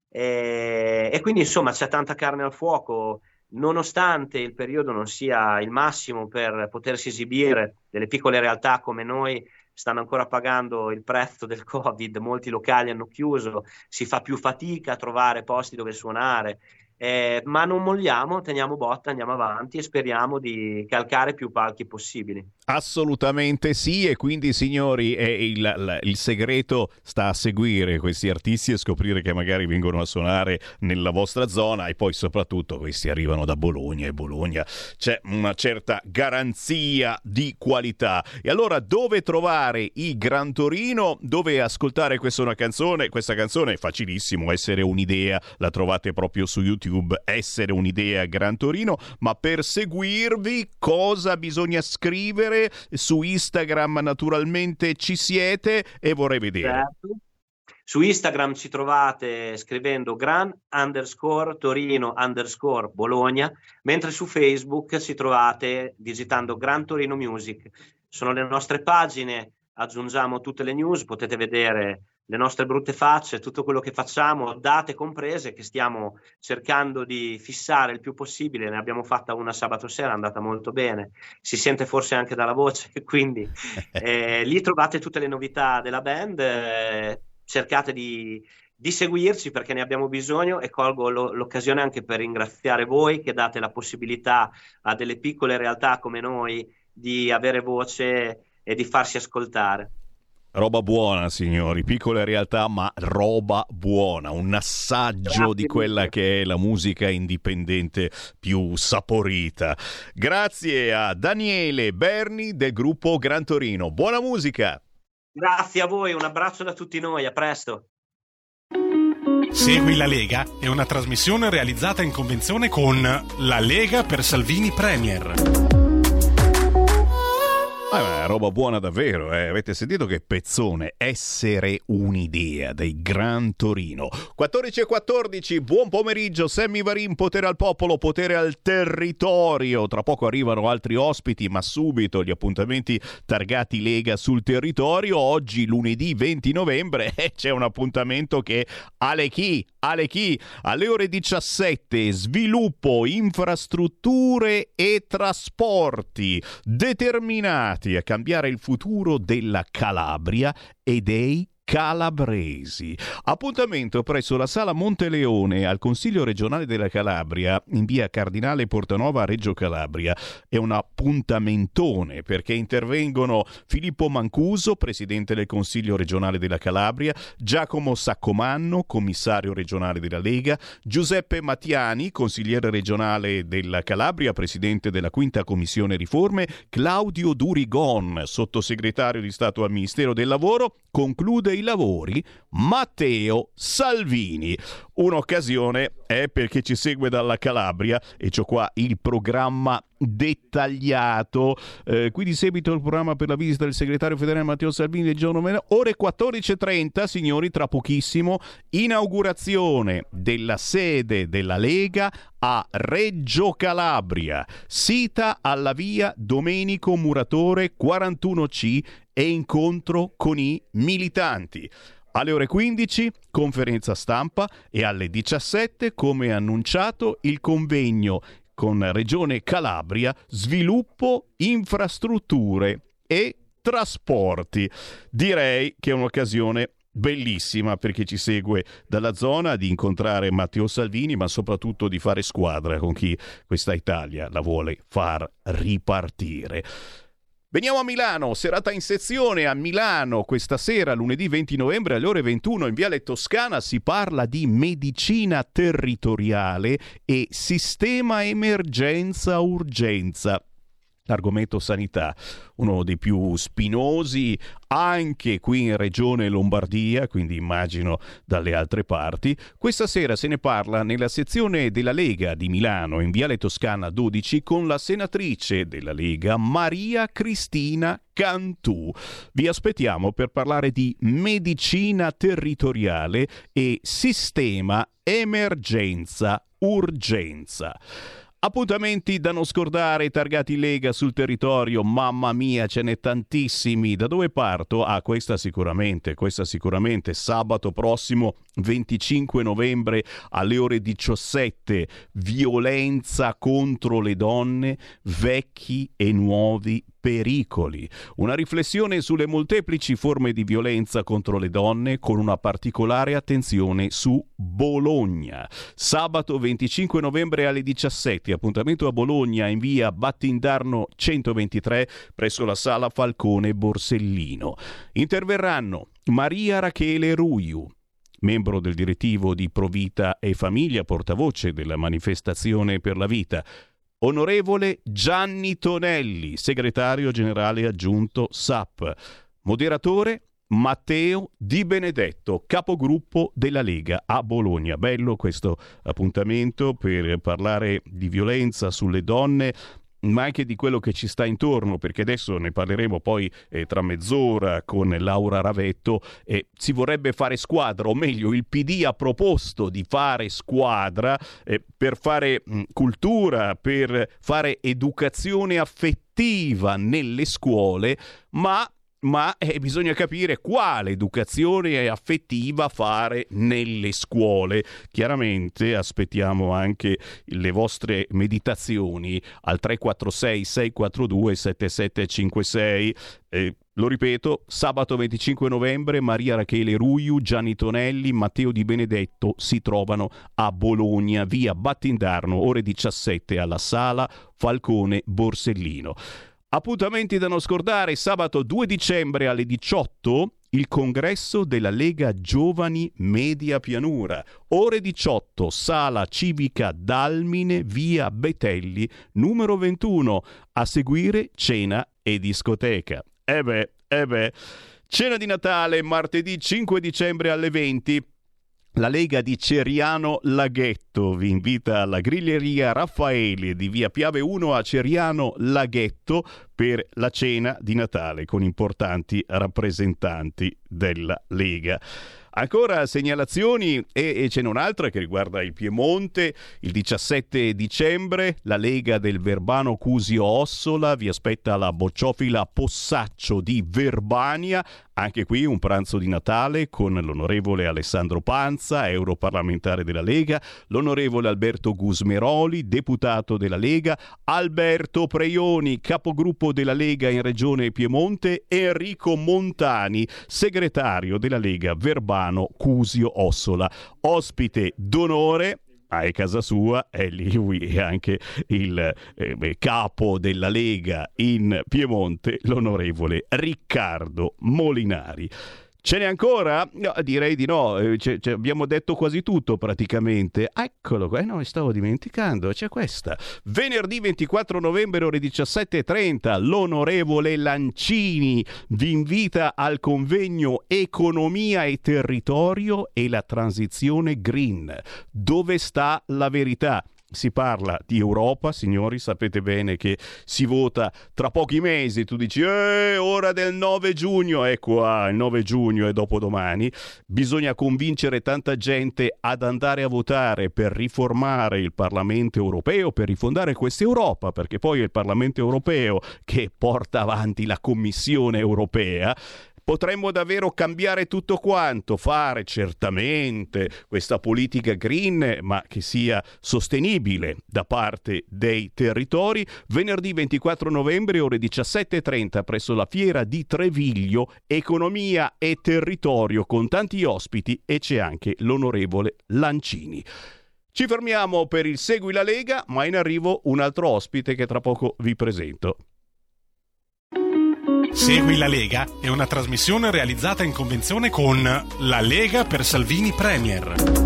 e, e quindi insomma c'è tanta carne al fuoco, nonostante il periodo non sia il massimo per potersi esibire. Delle piccole realtà come noi stanno ancora pagando il prezzo del Covid, molti locali hanno chiuso, si fa più fatica a trovare posti dove suonare, eh, ma non molliamo, teniamo botta, andiamo avanti e speriamo di calcare più palchi possibili. Assolutamente sì, e quindi signori, eh, il, il, il segreto sta a seguire questi artisti e scoprire che magari vengono a suonare nella vostra zona, e poi soprattutto questi arrivano da Bologna, e Bologna c'è una certa garanzia di qualità. E allora dove trovare i Gran Torino? Dove ascoltare questa una canzone? Questa canzone è facilissimo, Essere un'idea, la trovate proprio su YouTube, Essere un'idea Gran Torino. Ma per seguirvi cosa bisogna scrivere? Su Instagram naturalmente ci siete, e vorrei vedere. Certo. Su Instagram ci trovate scrivendo Gran underscore Torino underscore Bologna, mentre su Facebook ci trovate digitando Gran Torino Music. Sono le nostre pagine, aggiungiamo tutte le news, potete vedere le nostre brutte facce, tutto quello che facciamo, date comprese, che stiamo cercando di fissare il più possibile. Ne abbiamo fatta una sabato sera, è andata molto bene, si sente forse anche dalla voce, quindi eh, lì trovate tutte le novità della band, eh, cercate di, di seguirci perché ne abbiamo bisogno, e colgo lo, l'occasione anche per ringraziare voi che date la possibilità a delle piccole realtà come noi di avere voce e di farsi ascoltare. Roba buona, signori, piccole realtà, ma roba buona, un assaggio Grazie di quella mille. Che è la musica indipendente più saporita. Grazie a Daniele Berni del gruppo Gran Torino. Buona musica! Grazie a voi, un abbraccio da tutti noi, a presto! Segui la Lega è una trasmissione realizzata in convenzione con La Lega per Salvini Premier. Ah, roba buona davvero, eh. Avete sentito che pezzone? Essere un'idea dei Gran Torino. quattordici e quattordici, buon pomeriggio. Sammy Varin, potere al popolo, potere al territorio. Tra poco arrivano altri ospiti, ma subito gli appuntamenti targati Lega sul territorio. Oggi lunedì venti novembre eh, c'è un appuntamento che alle chi? Ale chi? Alle ore diciassette, sviluppo, infrastrutture e trasporti, determinati a cambiare il futuro della Calabria e dei calabresi. Appuntamento presso la Sala Monteleone al Consiglio regionale della Calabria in via Cardinale Portanova a Reggio Calabria. È un appuntamentone perché intervengono Filippo Mancuso, presidente del Consiglio regionale della Calabria, Giacomo Saccomanno, commissario regionale della Lega, Giuseppe Mattiani, consigliere regionale della Calabria, presidente della quinta commissione riforme, Claudio Durigon, sottosegretario di Stato al Ministero del Lavoro. Conclude i lavori Matteo Salvini. Un'occasione è perché ci segue dalla Calabria e c'ho qua il programma dettagliato. Eh, qui di seguito il programma per la visita del segretario federale Matteo Salvini del giorno meno. Ore quattordici e trenta, signori, tra pochissimo inaugurazione della sede della Lega a Reggio Calabria, sita alla via Domenico Muratore quarantuno C, e incontro con i militanti. Alle ore quindici, conferenza stampa, e alle diciassette, come annunciato, il convegno con Regione Calabria, sviluppo, infrastrutture e trasporti. Direi che è un'occasione bellissima per chi ci segue dalla zona di incontrare Matteo Salvini, ma soprattutto di fare squadra con chi questa Italia la vuole far ripartire. Veniamo a Milano, serata in sezione a Milano questa sera, lunedì venti novembre alle ore ventuno in Viale Toscana. Si parla di medicina territoriale e sistema emergenza-urgenza. L'argomento sanità, uno dei più spinosi anche qui in Regione Lombardia, quindi immagino dalle altre parti. Questa sera se ne parla nella sezione della Lega di Milano, in Viale Toscana dodici, con la senatrice della Lega Maria Cristina Cantù. Vi aspettiamo per parlare di medicina territoriale e sistema emergenza-urgenza. Appuntamenti da non scordare, targati Lega sul territorio, mamma mia, ce n'è tantissimi. Da dove parto? Ah, questa sicuramente, questa sicuramente, sabato prossimo, venticinque novembre, alle ore diciassette, violenza contro le donne, vecchi e nuovi pericoli. Una riflessione sulle molteplici forme di violenza contro le donne, con una particolare attenzione su Bologna. Sabato venticinque novembre alle diciassette, appuntamento a Bologna in via Battindarno centoventitré presso la Sala Falcone Borsellino. Interverranno Maria Rachele Ruiu, membro del direttivo di Provita e Famiglia, portavoce della manifestazione per la vita, Onorevole Gianni Tonelli, segretario generale aggiunto S A P. Moderatore Matteo Di Benedetto, capogruppo della Lega a Bologna. Bello questo appuntamento per parlare di violenza sulle donne, ma anche di quello che ci sta intorno, perché adesso ne parleremo poi eh, tra mezz'ora con Laura Ravetto. E si vorrebbe fare squadra, o meglio il P D ha proposto di fare squadra eh, per fare mh, cultura, per fare educazione affettiva nelle scuole, ma ma eh, bisogna capire quale educazione affettiva fare nelle scuole. Chiaramente aspettiamo anche le vostre meditazioni al tre quattro sei sei quattro due sette sette cinque sei. Eh, lo ripeto, sabato venticinque novembre Maria Rachele Ruiu, Gianni Tonelli, Matteo Di Benedetto si trovano a Bologna, via Battindarno, ore diciassette, alla Sala Falcone Borsellino. Appuntamenti da non scordare: sabato due dicembre alle diciotto, il congresso della Lega Giovani Media Pianura, ore diciotto, Sala Civica Dalmine, via Betelli, numero ventuno. A seguire cena e discoteca. Eh beh, eh beh. Cena di Natale martedì cinque dicembre alle venti. La Lega di Ceriano Laghetto vi invita alla griglieria Raffaele di via Piave uno a Ceriano Laghetto per la cena di Natale con importanti rappresentanti della Lega. Ancora segnalazioni e, e ce n'è un'altra che riguarda il Piemonte. Il diciassette dicembre la Lega del Verbano Cusio Ossola vi aspetta alla Bocciofila Possaccio di Verbania. Anche qui un pranzo di Natale con l'onorevole Alessandro Panza, europarlamentare della Lega, l'onorevole Alberto Gusmeroli, deputato della Lega, Alberto Preioni, capogruppo della Lega in Regione Piemonte, e Enrico Montani, segretario della Lega Verbano Cusio Ossola. Ospite d'onore, ma è casa sua, è lì lui è anche il eh, capo della Lega in Piemonte, l'onorevole Riccardo Molinari. Ce n'è ancora? No, direi di no, eh, c- c- abbiamo detto quasi tutto praticamente. Eccolo qua, eh, no, mi stavo dimenticando, c'è questa. Venerdì ventiquattro novembre ore diciassette e trenta l'onorevole Lancini vi invita al convegno Economia e Territorio e la transizione green. Dove sta la verità? Si parla di Europa, signori, sapete bene che si vota tra pochi mesi, tu dici eh, ora del nove giugno, ecco qua, il nove giugno è dopodomani, bisogna convincere tanta gente ad andare a votare per riformare il Parlamento europeo, per rifondare questa Europa, perché poi è il Parlamento europeo che porta avanti la Commissione europea. Potremmo davvero cambiare tutto quanto, fare certamente questa politica green, ma che sia sostenibile da parte dei territori. Venerdì ventiquattro novembre ore diciassette e trenta presso la Fiera di Treviglio, Economia e Territorio con tanti ospiti, e c'è anche l'onorevole Lancini. Ci fermiamo per il Segui la Lega, ma in arrivo un altro ospite che tra poco vi presento. Segui la Lega è una trasmissione realizzata in convenzione con La Lega per Salvini Premier.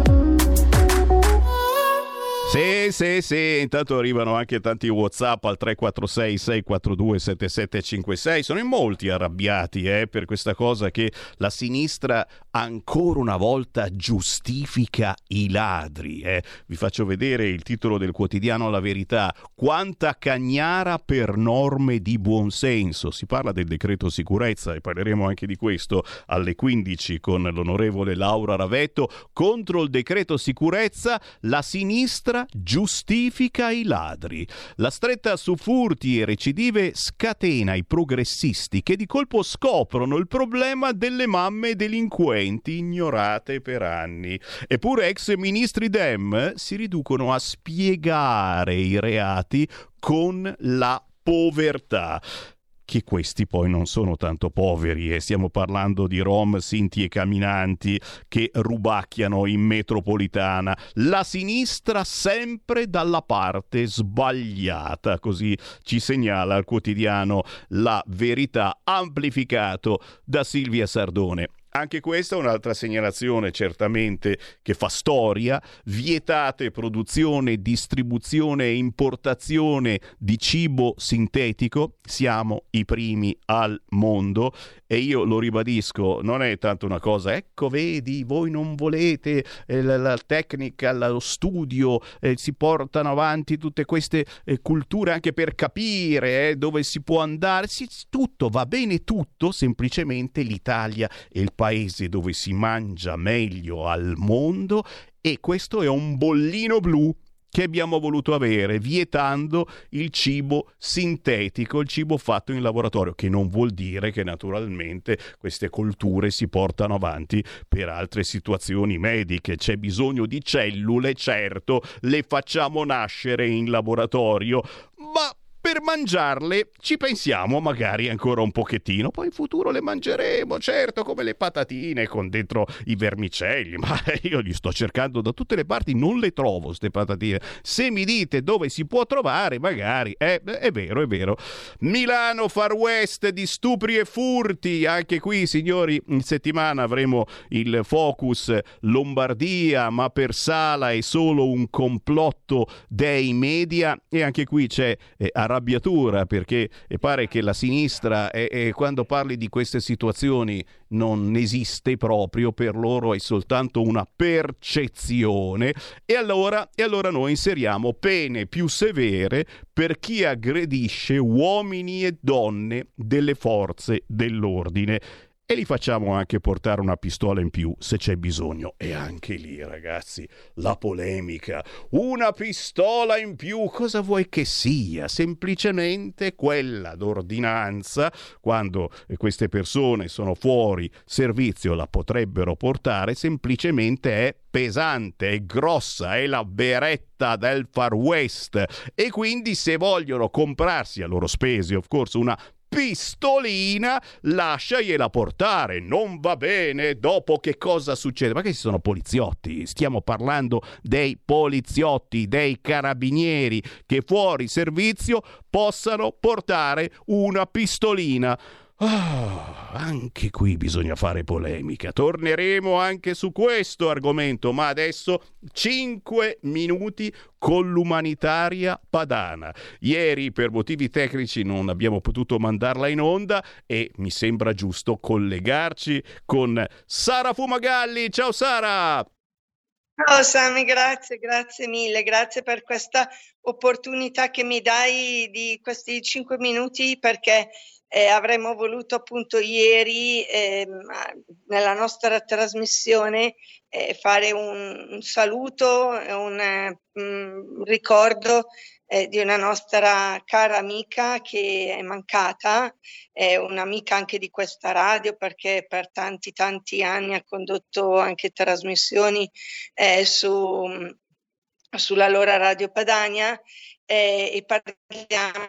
Sì, sì, sì, intanto arrivano anche tanti WhatsApp al tre quattro sei sei quattro due sette sette cinque sei. Sono in molti arrabbiati eh, per questa cosa che la sinistra ancora una volta giustifica i ladri. Eh. Vi faccio vedere il titolo del quotidiano La Verità. Quanta cagnara per norme di buonsenso. Si parla del decreto sicurezza e parleremo anche di questo alle quindici con l'onorevole Laura Ravetto. Contro il decreto sicurezza la sinistra giustifica i ladri. La stretta su furti e recidive scatena i progressisti che di colpo scoprono il problema delle mamme delinquenti ignorate per anni. Eppure ex ministri Dem si riducono a spiegare i reati con la povertà. Che questi poi non sono tanto poveri, e eh. stiamo parlando di rom, sinti e camminanti che rubacchiano in metropolitana. La sinistra sempre dalla parte sbagliata, così ci segnala il quotidiano La Verità, amplificato da Silvia Sardone. Anche questa è un'altra segnalazione certamente che fa storia. Vietate produzione, distribuzione e importazione di cibo sintetico. Siamo i primi al mondo e io lo ribadisco, non è tanto una cosa, ecco vedi, voi non volete eh, la, la tecnica, lo studio, eh, si portano avanti tutte queste eh, culture anche per capire eh, dove si può andare. Sì, tutto va bene, tutto, semplicemente l'Italia è il paese dove si mangia meglio al mondo, e questo è un bollino blu che abbiamo voluto avere, vietando il cibo sintetico, il cibo fatto in laboratorio, che non vuol dire che naturalmente queste colture si portano avanti per altre situazioni mediche. C'è bisogno di cellule, certo, le facciamo nascere in laboratorio, ma per mangiarle ci pensiamo magari ancora un pochettino, poi in futuro le mangeremo, certo, come le patatine con dentro i vermicelli, ma io li sto cercando da tutte le parti, non le trovo ste patatine. Se mi dite dove si può trovare, magari, eh, è vero, è vero. Milano Far West di stupri e furti, anche qui signori in settimana avremo il focus Lombardia, ma per Sala è solo un complotto dei media, e anche qui c'è eh, arrabbiatura, perché pare che la sinistra e, e quando parli di queste situazioni non esiste proprio, per loro è soltanto una percezione, e allora, e allora noi inseriamo pene più severe per chi aggredisce uomini e donne delle forze dell'ordine. e li facciamo anche portare una pistola in più se c'è bisogno. E anche lì, ragazzi, la polemica. Una pistola in più, cosa vuoi che sia? Semplicemente quella d'ordinanza, quando queste persone sono fuori servizio la potrebbero portare, semplicemente è pesante, è grossa, è la beretta del Far West, e quindi se vogliono comprarsi a loro spese, of course, una pistolina, lasciagliela portare. Non va bene. Dopo che cosa succede? Ma che ci sono poliziotti? Stiamo parlando dei poliziotti, dei carabinieri che fuori servizio possano portare una pistolina. Ah, anche qui bisogna fare polemica. Torneremo anche su questo argomento, ma adesso cinque minuti con l'umanitaria padana. Ieri per motivi tecnici non abbiamo potuto mandarla in onda e mi sembra giusto collegarci con Sara Fumagalli. Ciao Sara! Ciao Sami, grazie, grazie mille, grazie per questa opportunità che mi dai di questi cinque minuti, perché Eh, avremmo voluto appunto ieri eh, nella nostra trasmissione eh, fare un, un saluto, un, eh, un ricordo eh, di una nostra cara amica che è mancata, è un'amica anche di questa radio, perché per tanti tanti anni ha condotto anche trasmissioni eh, su, sulla loro Radio Padania, eh, e parliamo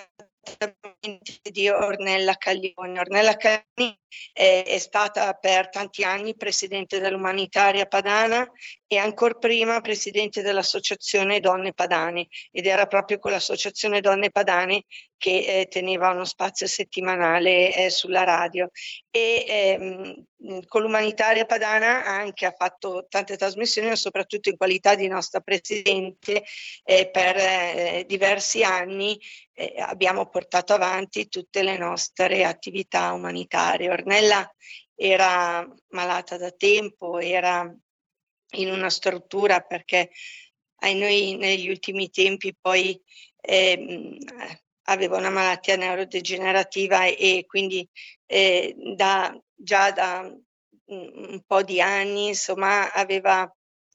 di Ornella Caglioni. Ornella Caglioni è, è stata per tanti anni presidente dell'Umanitaria Padana e ancor prima presidente dell'Associazione Donne Padane, ed era proprio con l'Associazione Donne Padane che eh, teneva uno spazio settimanale eh, sulla radio, e ehm, con l'Umanitaria Padana anche ha fatto tante trasmissioni, soprattutto in qualità di nostra presidente eh, per eh, diversi anni. Eh, abbiamo portato avanti tutte le nostre attività umanitarie. Ornella era malata da tempo, era in una struttura perché a noi negli ultimi tempi poi eh, aveva una malattia neurodegenerativa e, e quindi eh, da, già da un po' di anni insomma aveva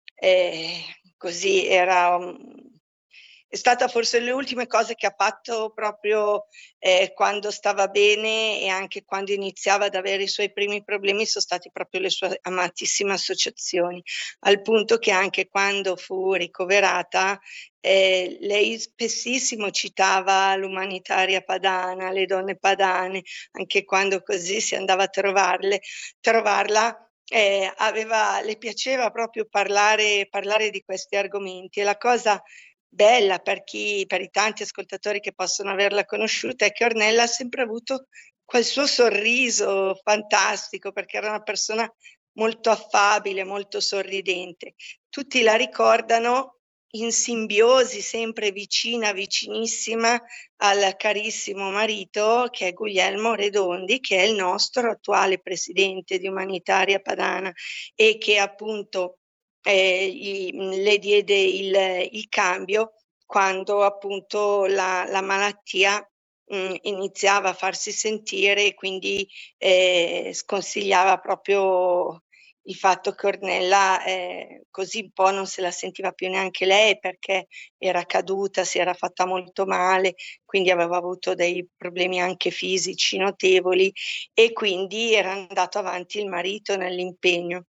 eh, così era um, è stata forse le ultime cose che ha fatto proprio eh, quando stava bene, e anche quando iniziava ad avere i suoi primi problemi sono stati proprio le sue amatissime associazioni, al punto che anche quando fu ricoverata eh, lei spessissimo citava l'Umanitaria Padana, le donne padane, anche quando così si andava a trovarle, trovarla. Eh, aveva, le piaceva proprio parlare, parlare di questi argomenti, e la cosa bella per chi, per i tanti ascoltatori che possono averla conosciuta, è che Ornella ha sempre avuto quel suo sorriso fantastico, perché era una persona molto affabile, molto sorridente. Tutti la ricordano in simbiosi, sempre vicina, vicinissima al carissimo marito, che è Guglielmo Redondi, che è il nostro attuale presidente di Umanitaria Padana, e che appunto Eh, gli, le diede il, il cambio quando appunto la, la malattia mh, iniziava a farsi sentire, e quindi eh, sconsigliava proprio il fatto che Ornella eh, così un po' non se la sentiva più neanche lei, perché era caduta, si era fatta molto male, quindi aveva avuto dei problemi anche fisici notevoli, e quindi era andato avanti il marito nell'impegno.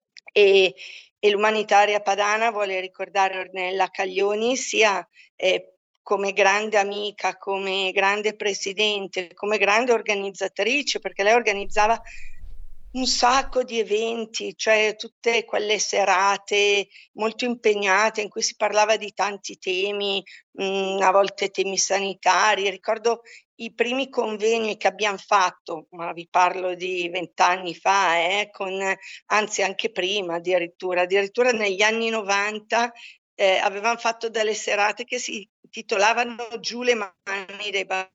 E, e l'Umanitaria Padana vuole ricordare Ornella Caglioni sia eh, come grande amica, come grande presidente, come grande organizzatrice, perché lei organizzava un sacco di eventi, cioè tutte quelle serate molto impegnate in cui si parlava di tanti temi, mh, a volte temi sanitari. Ricordo i primi convegni che abbiamo fatto, ma vi parlo di vent'anni fa, eh, con, anzi anche prima addirittura, addirittura negli anni novanta eh, avevamo fatto delle serate che si titolavano Giù le mani dei bambini.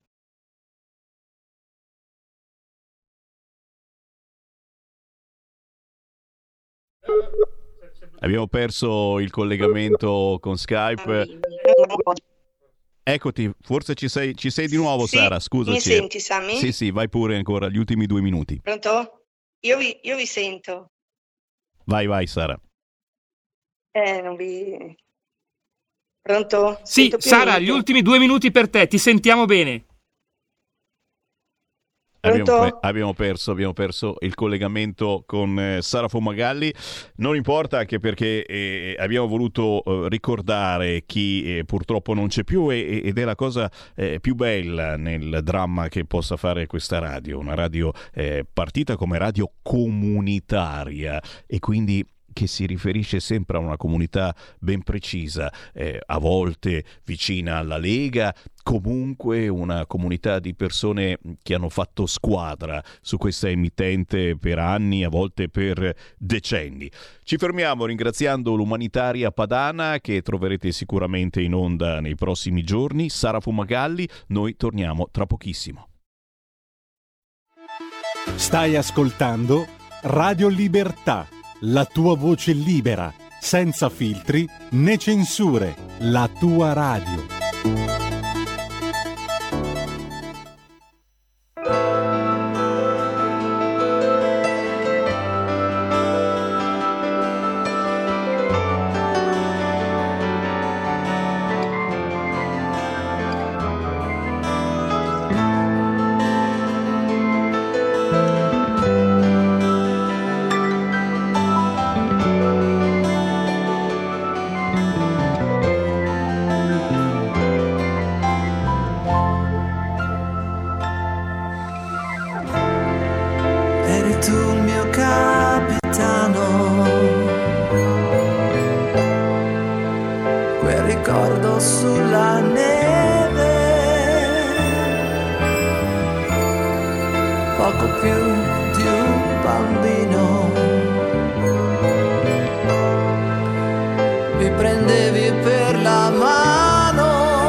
Abbiamo perso il collegamento con Skype. Eccoti, forse ci sei, ci sei di nuovo, sì, Sara, scusaci. Mi senti, Sammy? Sì, sì, vai pure ancora, gli ultimi due minuti. Pronto? io vi, io vi sento. Vai, vai, Sara. Eh, non vi... Pronto? Sì, Sento più Sara, niente. gli ultimi due minuti per te, ti sentiamo bene. Abbiamo, pe- abbiamo, perso, abbiamo perso il collegamento con eh, Sara Fumagalli, non importa, anche perché eh, abbiamo voluto eh, ricordare chi eh, purtroppo non c'è più e, ed è la cosa eh, più bella nel dramma che possa fare questa radio, una radio eh, partita come radio comunitaria e quindi che si riferisce sempre a una comunità ben precisa, eh, a volte vicina alla Lega, comunque una comunità di persone che hanno fatto squadra su questa emittente per anni, a volte per decenni. Ci fermiamo ringraziando l'Umanitaria Padana, che troverete sicuramente in onda nei prossimi giorni. Sara Fumagalli, noi torniamo tra pochissimo. Stai ascoltando Radio Libertà, la tua voce libera, senza filtri né censure, la tua radio. Eri tu il mio capitano, quel ricordo sulla neve, poco più di un bambino, mi prendevi per la mano,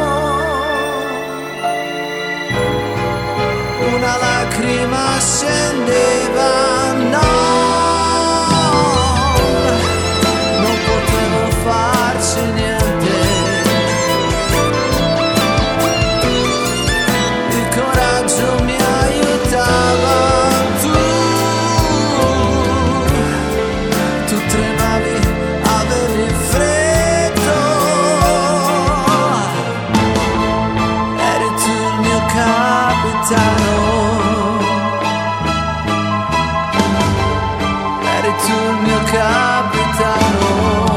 una lacrima scendeva, no, non potevo farci niente, il coraggio mi aiutava, tu, tu tremavi, avevi freddo, eri tu il mio capitano. Capitano,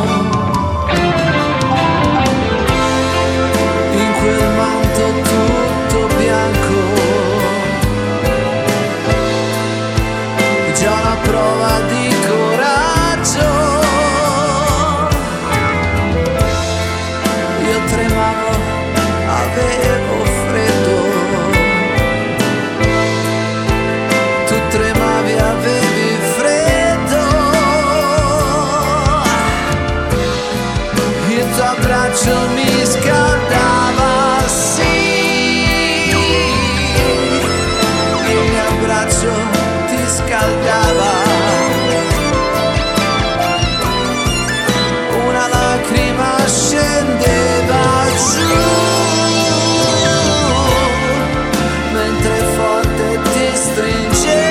in quel manto tutto bianco, già una prova di coraggio, io tremavo, avevo freddo, tu tremavi, avevi freddo. L'abbraccio mi scaldava, sì, il mio abbraccio ti scaldava, una lacrima scendeva giù, mentre forte ti stringevo.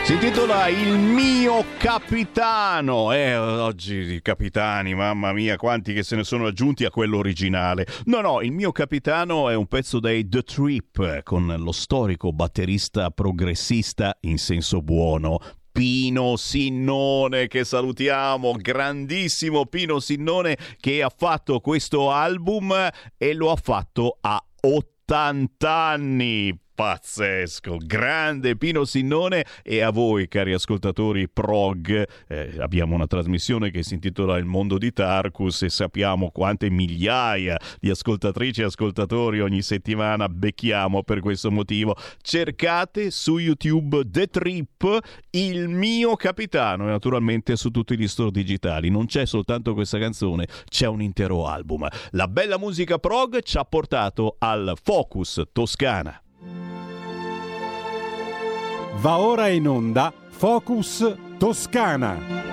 Si intitola Il mio capitano. Eh, oggi i capitani, mamma mia, quanti che se ne sono aggiunti a quello originale. No, no, Il mio capitano è un pezzo dei The Trip con lo storico batterista progressista in senso buono Pino Sinnone, che salutiamo, grandissimo Pino Sinnone, che ha fatto questo album e lo ha fatto a ottanta anni. Pazzesco, grande Pino Sinnone. E a voi, cari ascoltatori prog, eh, abbiamo una trasmissione che si intitola Il mondo di Tarkus e sappiamo quante migliaia di ascoltatrici e ascoltatori ogni settimana becchiamo per questo motivo. Cercate su YouTube The Trip, Il mio capitano, e naturalmente su tutti gli store digitali. Non c'è soltanto questa canzone, c'è un intero album. La bella musica prog ci ha portato al Focus Toscana. Va ora in onda Focus Toscana.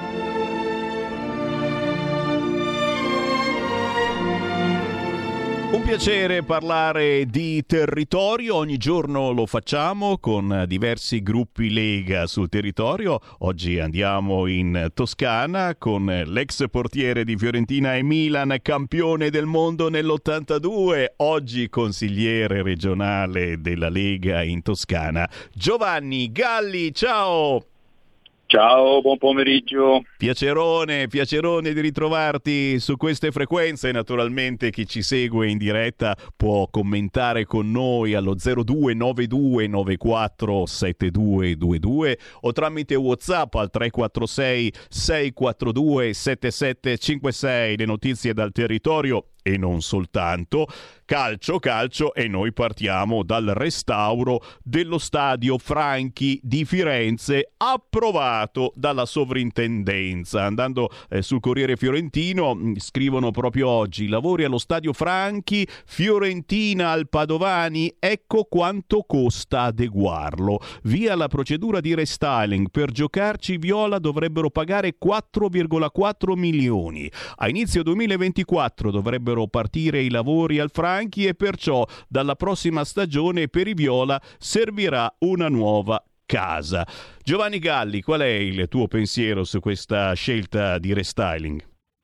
Un piacere parlare di territorio, ogni giorno lo facciamo con diversi gruppi Lega sul territorio. Oggi andiamo in Toscana con l'ex portiere di Fiorentina e Milan, campione del mondo nell'ottantadue, oggi consigliere regionale della Lega in Toscana, Giovanni Galli. Ciao! Ciao, buon pomeriggio. Piacerone, piacerone di ritrovarti su queste frequenze. Naturalmente chi ci segue in diretta può commentare con noi allo zero due nove due nove quattro sette due due due o tramite WhatsApp al tre quattro sei sei quattro due sette sette cinque sei. Le notizie dal territorio e non soltanto. Calcio, calcio, e noi partiamo dal restauro dello stadio Franchi di Firenze, approvato dalla sovrintendenza. Andando eh, sul Corriere Fiorentino, mh, scrivono proprio oggi: lavori allo stadio Franchi, Fiorentina al Padovani, ecco quanto costa adeguarlo. Via la procedura di restyling, per giocarci viola dovrebbero pagare quattro virgola quattro milioni. A inizio duemilaventiquattro dovrebbero partire i lavori al Franchi e perciò dalla prossima stagione per i viola servirà una nuova casa. Giovanni Galli, qual è il tuo pensiero su questa scelta di restyling?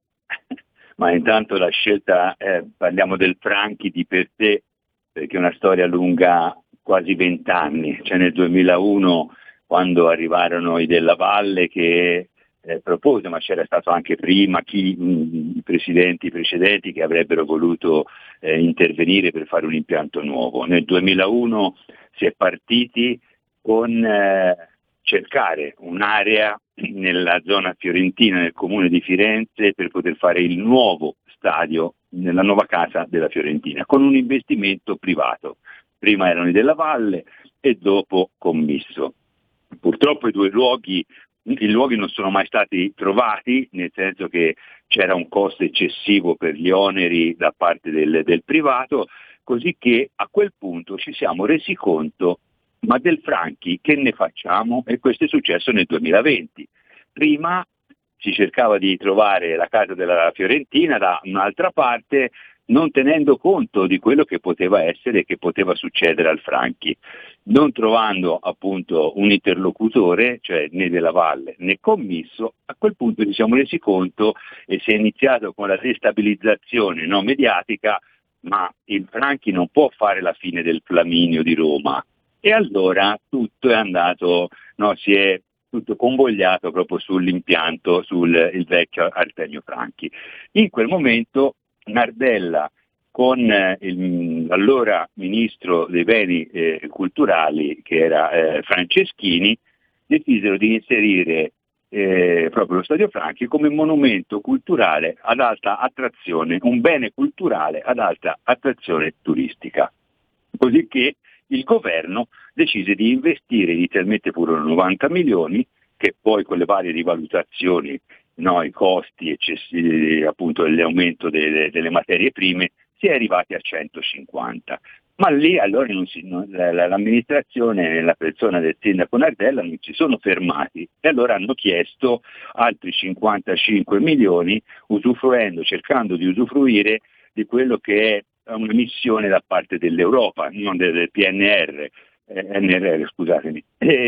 Ma intanto la scelta, eh, parliamo del Franchi di per sé, perché è una storia lunga quasi vent'anni. Cioè nel duemilauno, quando arrivarono i Della Valle che Eh, propose, ma c'era stato anche prima chi, mh, i presidenti precedenti che avrebbero voluto eh, intervenire per fare un impianto nuovo. Nel duemilauno si è partiti con eh, cercare un'area nella zona fiorentina, nel comune di Firenze, per poter fare il nuovo stadio nella nuova casa della Fiorentina, con un investimento privato. Prima erano i Della Valle e dopo commisso. Purtroppo i due luoghi I luoghi non sono mai stati trovati, nel senso che c'era un costo eccessivo per gli oneri da parte del, del privato, così che a quel punto ci siamo resi conto, ma del Franchi che ne facciamo? E questo è successo nel duemilaventi. Prima si cercava di trovare la casa della Fiorentina da un'altra parte, non tenendo conto di quello che poteva essere e che poteva succedere al Franchi. Non trovando appunto un interlocutore, cioè né Della Valle né commisso, a quel punto ci siamo resi conto e si è iniziato con la destabilizzazione non mediatica, ma il Franchi non può fare la fine del Flaminio di Roma. E allora tutto è andato, no, si è tutto convogliato proprio sull'impianto, sul il vecchio Artemio Franchi. In quel momento Nardella con eh, il, l'allora ministro dei beni eh, culturali, che era eh, Franceschini, decisero di inserire eh, proprio lo Stadio Franchi come monumento culturale ad alta attrazione, un bene culturale ad alta attrazione turistica. Così che il governo decise di investire inizialmente furono novanta milioni, che poi con le varie rivalutazioni, no, i costi eccessivi, appunto l'aumento delle, delle materie prime, si è arrivati a centocinquanta. Ma lì allora non si, non, l'amministrazione, nella persona del sindaco Nardella, non si sono fermati e allora hanno chiesto altri cinquantacinque milioni, usufruendo, cercando di usufruire di quello che è una missione da parte dell'Europa, non del P N R, eh, N R R, scusatemi,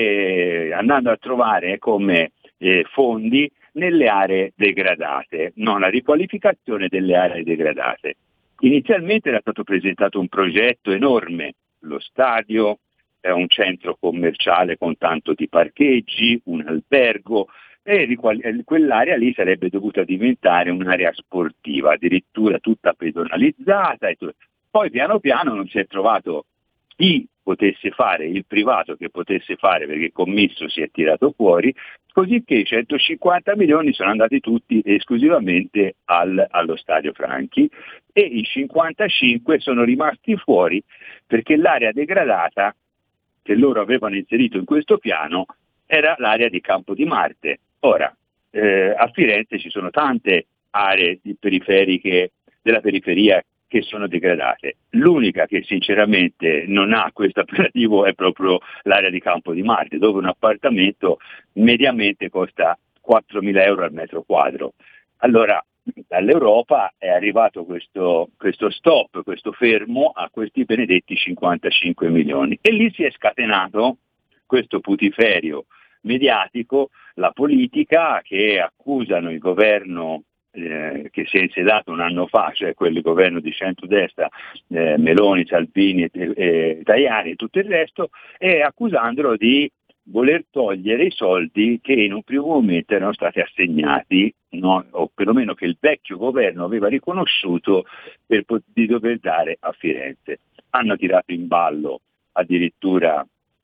eh, andando a trovare come eh, fondi nelle aree degradate, no, la riqualificazione delle aree degradate. Inizialmente era stato presentato un progetto enorme, lo stadio, eh, un centro commerciale con tanto di parcheggi, un albergo, e quell'area lì sarebbe dovuta diventare un'area sportiva, addirittura tutta pedonalizzata. E tutto. Poi piano piano non si è trovato chi potesse fare, il privato che potesse fare, perché il commisso si è tirato fuori, così che i centocinquanta milioni sono andati tutti esclusivamente al, allo Stadio Franchi e i cinquantacinque sono rimasti fuori perché l'area degradata che loro avevano inserito in questo piano era l'area di Campo di Marte. Ora, eh, a Firenze ci sono tante aree periferiche della periferia che sono degradate. L'unica che sinceramente non ha questo appellativo è proprio l'area di Campo di Marte, dove un appartamento mediamente costa quattromila euro al metro quadro. Allora, dall'Europa è arrivato questo, questo stop, questo fermo a questi benedetti cinquantacinque milioni. E lì si è scatenato questo putiferio mediatico, la politica, che accusano il governo eh, che si è insediato un anno fa, cioè quel governo di centrodestra, eh, Meloni, Salvini, e, e Tajani e tutto il resto, e accusandolo di voler togliere i soldi che in un primo momento erano stati assegnati, no? O perlomeno che il vecchio governo aveva riconosciuto per, di dover dare a Firenze. Hanno tirato in ballo addirittura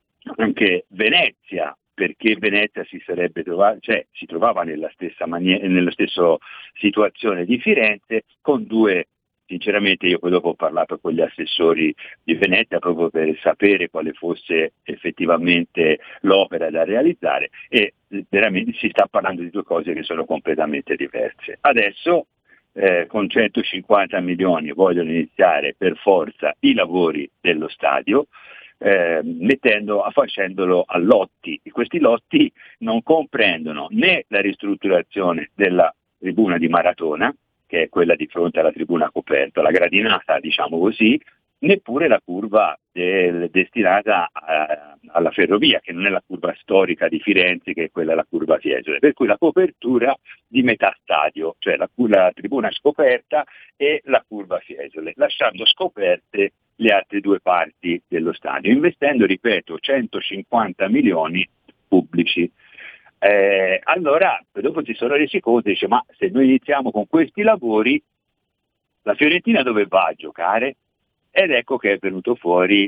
anche Venezia, perché Venezia si sarebbe trovata, cioè si trovava nella stessa maniera, nella stessa situazione di Firenze, con due, sinceramente io poi dopo ho parlato con gli assessori di Venezia proprio per sapere quale fosse effettivamente l'opera da realizzare, e veramente si sta parlando di due cose che sono completamente diverse. Adesso eh, con centocinquanta milioni vogliono iniziare per forza i lavori dello stadio, Eh, mettendo, facendolo a lotti, e questi lotti non comprendono né la ristrutturazione della tribuna di Maratona, che è quella di fronte alla tribuna coperta, la gradinata diciamo così, neppure la curva del, destinata a, alla ferrovia, che non è la curva storica di Firenze, che è quella la curva Fiesole, per cui la copertura di metà stadio, cioè la, la tribuna scoperta e la curva Fiesole, lasciando scoperte le altre due parti dello stadio, investendo, ripeto, centocinquanta milioni pubblici. Eh, allora, dopo si sono resi conto, dice, ma se noi iniziamo con questi lavori, la Fiorentina dove va a giocare? Ed ecco che è venuto fuori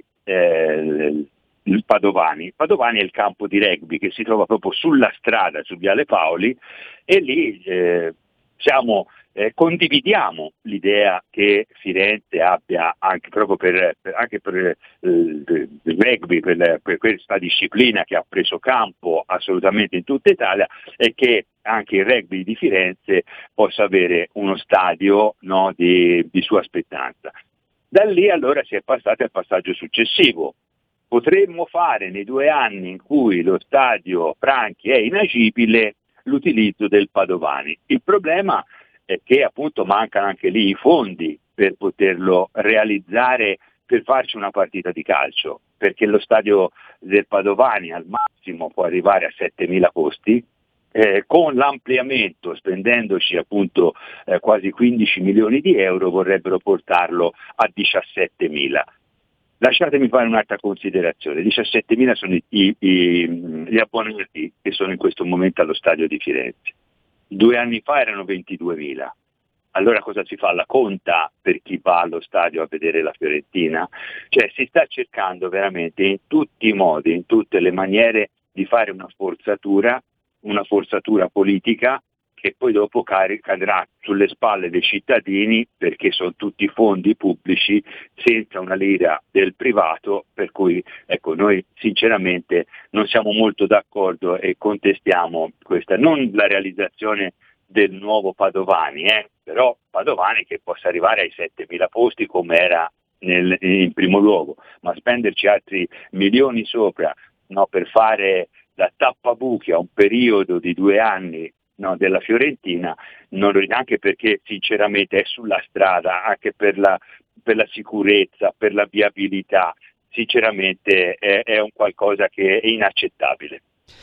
eh, il Padovani. Padovani è il campo di rugby che si trova proprio sulla strada, su Viale Paoli, e lì eh, siamo... Eh, condividiamo l'idea che Firenze abbia anche proprio per, per, anche per eh, il rugby, per, per questa disciplina che ha preso campo assolutamente in tutta Italia, e che anche il rugby di Firenze possa avere uno stadio, no, di, di sua spettanza. Da lì allora si è passati al passaggio successivo. Potremmo fare nei due anni in cui lo stadio Franchi è inagibile l'utilizzo del Padovani. Il problema è che appunto mancano anche lì i fondi per poterlo realizzare, per farci una partita di calcio, perché lo stadio del Padovani al massimo può arrivare a settemila posti, eh, con l'ampliamento, spendendoci appunto eh, quasi quindici milioni di euro, vorrebbero portarlo a diciassettemila. Lasciatemi fare un'altra considerazione: diciassettemila sono i, i, i, gli abbonati che sono in questo momento allo stadio di Firenze. Due anni fa erano ventiduemila. Allora cosa si fa? La conta per chi va allo stadio a vedere la Fiorentina? Cioè si sta cercando veramente in tutti i modi, in tutte le maniere, di fare una forzatura, una forzatura politica che poi dopo cadrà sulle spalle dei cittadini, perché sono tutti fondi pubblici senza una lira del privato, per cui ecco, noi sinceramente non siamo molto d'accordo e contestiamo questa, non la realizzazione del nuovo Padovani, eh, però Padovani che possa arrivare ai settemila posti come era nel, in primo luogo, ma spenderci altri milioni sopra, no, per fare da tappabuchi a un periodo di due anni, no, della Fiorentina, non lo, anche perché sinceramente è sulla strada, anche per la, per la sicurezza, per la viabilità, sinceramente è, è un qualcosa che è inaccettabile.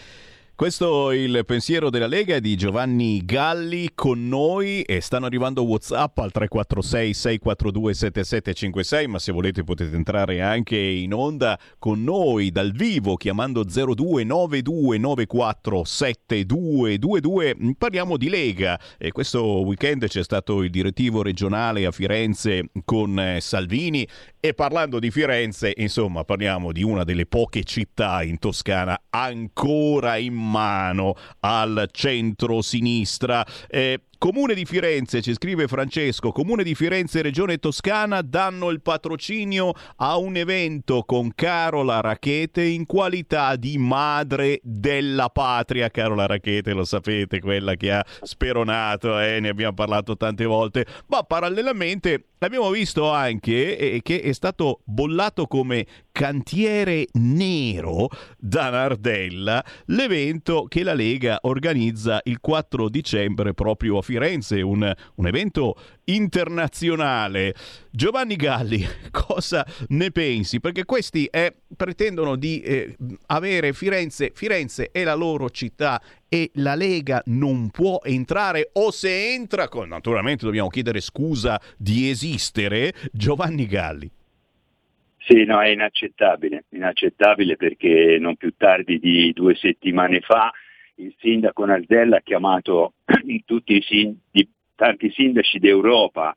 Questo è il pensiero della Lega di Giovanni Galli con noi, e stanno arrivando WhatsApp al tre quattro sei sei quattro due sette sette cinque sei, ma se volete potete entrare anche in onda con noi dal vivo chiamando zero due nove due nove quattro sette due due due. Parliamo di Lega e questo weekend c'è stato il direttivo regionale a Firenze con Salvini, e parlando di Firenze, insomma, parliamo di una delle poche città in Toscana ancora in mano al centro-sinistra. Eh, Comune di Firenze, ci scrive Francesco, Comune di Firenze e Regione Toscana danno il patrocinio a un evento con Carola Rackete in qualità di madre della patria. Carola Rackete, lo sapete, quella che ha speronato, eh, ne abbiamo parlato tante volte, ma parallelamente abbiamo visto anche eh, che è stato bollato come cantiere nero da Nardella l'evento che la Lega organizza il quattro dicembre proprio a Firenze, un, un evento internazionale. Giovanni Galli, cosa ne pensi? Perché questi eh, pretendono di eh, avere Firenze, Firenze è la loro città e la Lega non può entrare, o se entra, naturalmente dobbiamo chiedere scusa di esistere. Giovanni Galli. Sì, no, è inaccettabile, inaccettabile perché non più tardi di due settimane fa il sindaco Nardella ha chiamato tutti i sin- di tanti sindaci d'Europa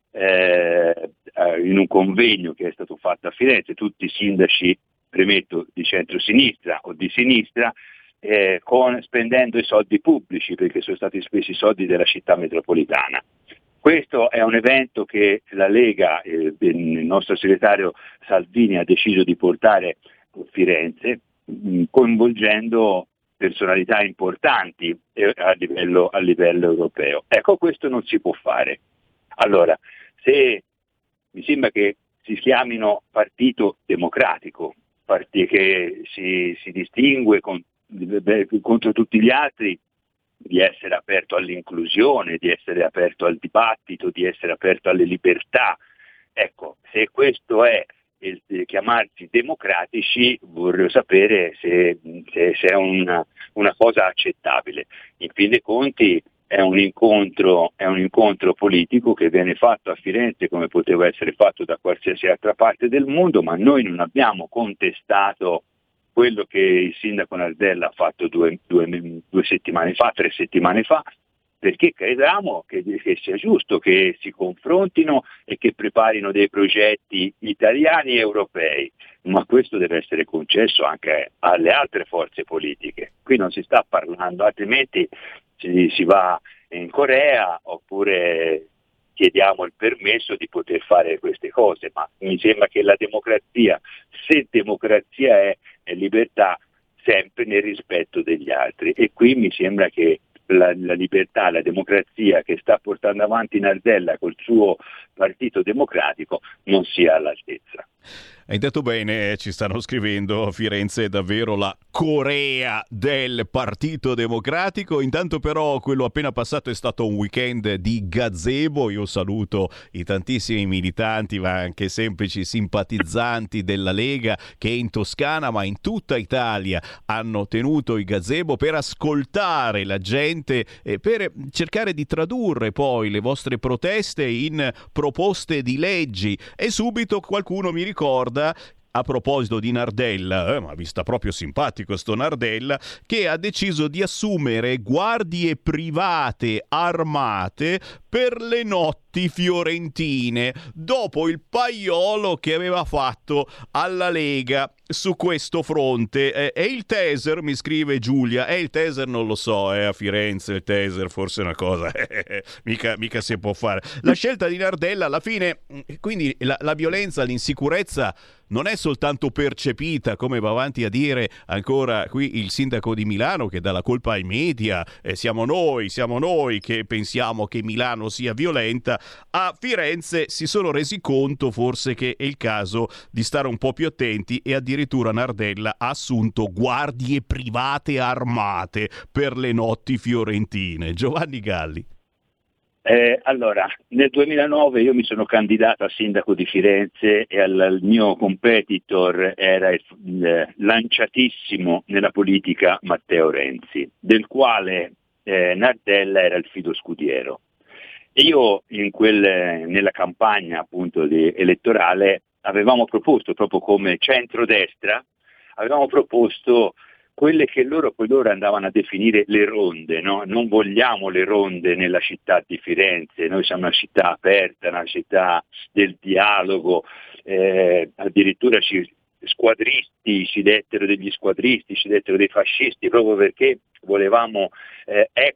eh, in un convegno che è stato fatto a Firenze, tutti i sindaci, premetto, di centrosinistra o di sinistra, eh, con, spendendo i soldi pubblici, perché sono stati spesi i soldi della città metropolitana. Questo è un evento che la Lega, eh, il nostro segretario Salvini ha deciso di portare a Firenze, mh, coinvolgendo personalità importanti eh, a livello, a livello europeo. Ecco, questo non si può fare. Allora, se mi sembra che si chiamino Partito Democratico, parti che si, si distingue con, contro tutti gli altri, di essere aperto all'inclusione, di essere aperto al dibattito, di essere aperto alle libertà. Ecco, se questo è il, il chiamarsi democratici, vorrei sapere se, se, se è una, una cosa accettabile. In fin dei conti è un incontro, è un incontro politico che viene fatto a Firenze come poteva essere fatto da qualsiasi altra parte del mondo, ma noi non abbiamo contestato quello che il sindaco Nardella ha fatto due, due, due settimane fa, tre settimane fa, perché crediamo che, che sia giusto che si confrontino e che preparino dei progetti italiani e europei, ma questo deve essere concesso anche alle altre forze politiche. Qui non si sta parlando, altrimenti si, si va in Corea oppure chiediamo il permesso di poter fare queste cose, ma mi sembra che la democrazia, se democrazia è, è libertà, sempre nel rispetto degli altri, e qui mi sembra che la, la libertà, la democrazia che sta portando avanti Nardella col suo Partito Democratico non sia all'altezza. Hai detto bene, ci stanno scrivendo, Firenze è davvero la Corea del Partito Democratico. Intanto però quello appena passato è stato un weekend di gazebo. Io saluto i tantissimi militanti, ma anche semplici simpatizzanti della Lega che in Toscana, ma in tutta Italia, hanno tenuto i gazebo per ascoltare la gente e per cercare di tradurre poi le vostre proteste in proposte di leggi. E subito qualcuno mi ricorda, a proposito di Nardella, eh, ma vi sta proprio simpatico sto Nardella, che ha deciso di assumere guardie private armate per le notti fiorentine, dopo il paiolo che aveva fatto alla Lega su questo fronte. Eh, e il taser, mi scrive Giulia, e eh, il taser non lo so, eh, a Firenze il taser forse è una cosa, eh, mica, mica si può fare. La scelta di Nardella alla fine, quindi la, la violenza, l'insicurezza non è soltanto percepita, come va avanti a dire ancora qui il sindaco di Milano, che dà la colpa ai media, eh, siamo noi, siamo noi che pensiamo che Milano sia violenta. A Firenze si sono resi conto forse che è il caso di stare un po' più attenti, e addirittura Nardella ha assunto guardie private armate per le notti fiorentine. Giovanni Galli. Eh, allora, nel duemilanove io mi sono candidato a sindaco di Firenze e al, il mio competitor era il, il lanciatissimo nella politica Matteo Renzi, del quale eh, Nardella era il fido scudiero. E io in quel, nella campagna appunto di, elettorale avevamo proposto, proprio come centrodestra, avevamo proposto quelle che loro poi loro andavano a definire le ronde, no? Non vogliamo le ronde nella città di Firenze, noi siamo una città aperta, una città del dialogo, eh, addirittura ci, squadristi, ci dettero degli squadristi, ci dettero dei fascisti, proprio perché volevamo eh, ex,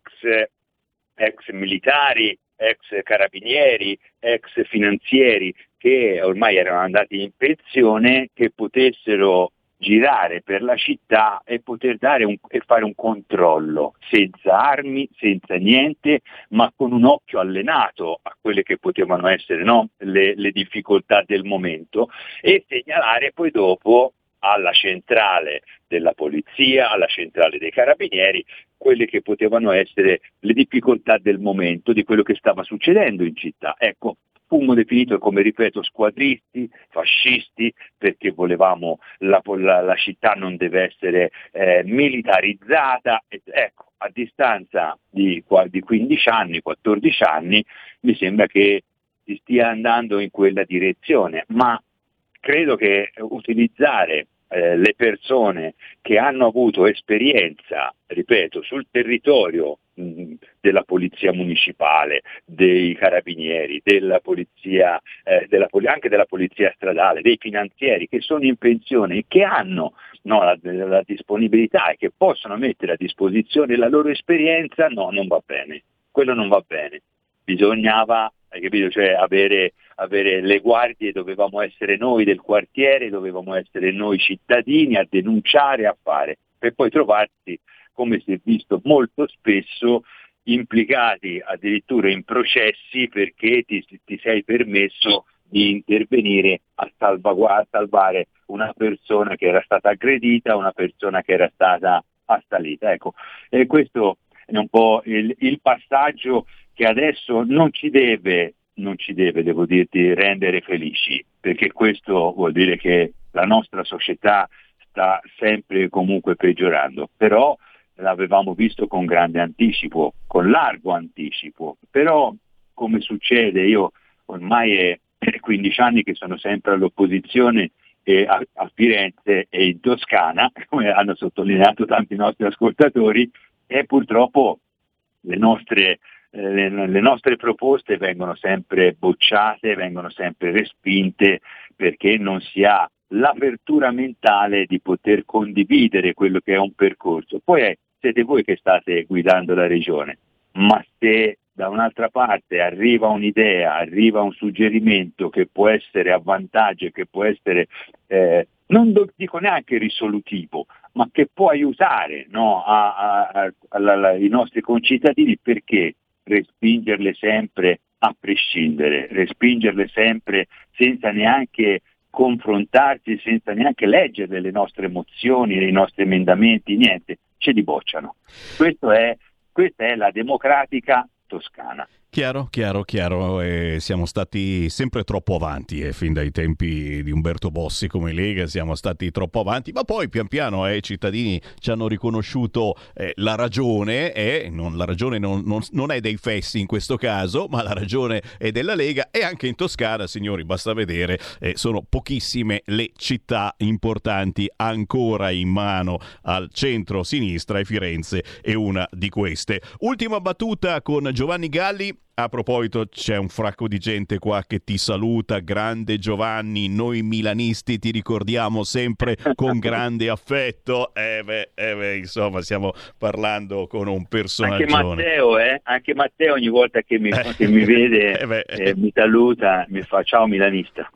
ex militari, ex carabinieri, ex finanzieri che ormai erano andati in pensione, che potessero girare per la città e poter dare un, e fare un controllo senza armi, senza niente, ma con un occhio allenato a quelle che potevano essere, no? le, le difficoltà del momento, e segnalare poi dopo alla centrale della polizia, alla centrale dei carabinieri, quelle che potevano essere le difficoltà del momento, di quello che stava succedendo in città. Ecco, fummo definito come, ripeto, squadristi, fascisti, perché volevamo la, la, la città non deve essere eh, militarizzata. E, ecco, a distanza di, di quindici anni, quattordici anni, mi sembra che si stia andando in quella direzione, ma credo che utilizzare eh, le persone che hanno avuto esperienza, ripeto, sul territorio mh, della polizia municipale, dei carabinieri, della polizia, eh, della, anche della polizia stradale, dei finanzieri che sono in pensione e che hanno no, la, la disponibilità e che possono mettere a disposizione la loro esperienza, no, non va bene. Quello non va bene. Bisognava, hai capito, cioè avere, avere le guardie, dovevamo essere noi del quartiere, dovevamo essere noi cittadini a denunciare, a fare, per poi trovarsi, come si è visto molto spesso, implicati addirittura in processi perché ti, ti sei permesso di intervenire a, salvagu- a salvare una persona che era stata aggredita, una persona che era stata assalita. Ecco, e questo è un po' il, il passaggio che adesso non ci deve, non ci deve, devo dirti, rendere felici, perché questo vuol dire che la nostra società sta sempre comunque peggiorando, però l'avevamo visto con grande anticipo, con largo anticipo, però come succede, io ormai è quindici anni che sono sempre all'opposizione e a, a Firenze e in Toscana, come hanno sottolineato tanti nostri ascoltatori, e purtroppo le nostre Le, le nostre proposte vengono sempre bocciate, vengono sempre respinte, perché non si ha l'apertura mentale di poter condividere quello che è un percorso. Poi è, siete voi che state guidando la regione, ma se da un'altra parte arriva un'idea, arriva un suggerimento che può essere a vantaggio, che può essere, eh, non dico neanche risolutivo, ma che può aiutare no, a, a, a, a, a, i nostri concittadini, perché respingerle sempre a prescindere, respingerle sempre senza neanche confrontarsi, senza neanche leggere le nostre mozioni, i nostri emendamenti, niente, ce li bocciano. Questo è, questa è la democratica toscana. Chiaro, chiaro, chiaro. Eh, siamo stati sempre troppo avanti, eh, fin dai tempi di Umberto Bossi come Lega siamo stati troppo avanti, ma poi pian piano eh, i cittadini ci hanno riconosciuto eh, la ragione, e non, la ragione non, non, non è dei fessi in questo caso, ma la ragione è della Lega. E anche in Toscana, signori, basta vedere, eh, sono pochissime le città importanti ancora in mano al centro-sinistra, e Firenze è una di queste. Ultima battuta con Giovanni Galli. A proposito, c'è un fracco di gente qua che ti saluta. Grande Giovanni, noi milanisti ti ricordiamo sempre con grande affetto. Eh beh, eh beh, insomma, stiamo parlando con un personaggio. Anche Matteo, eh? Anche Matteo ogni volta che mi, eh. che mi vede eh eh, mi saluta, mi fa ciao milanista.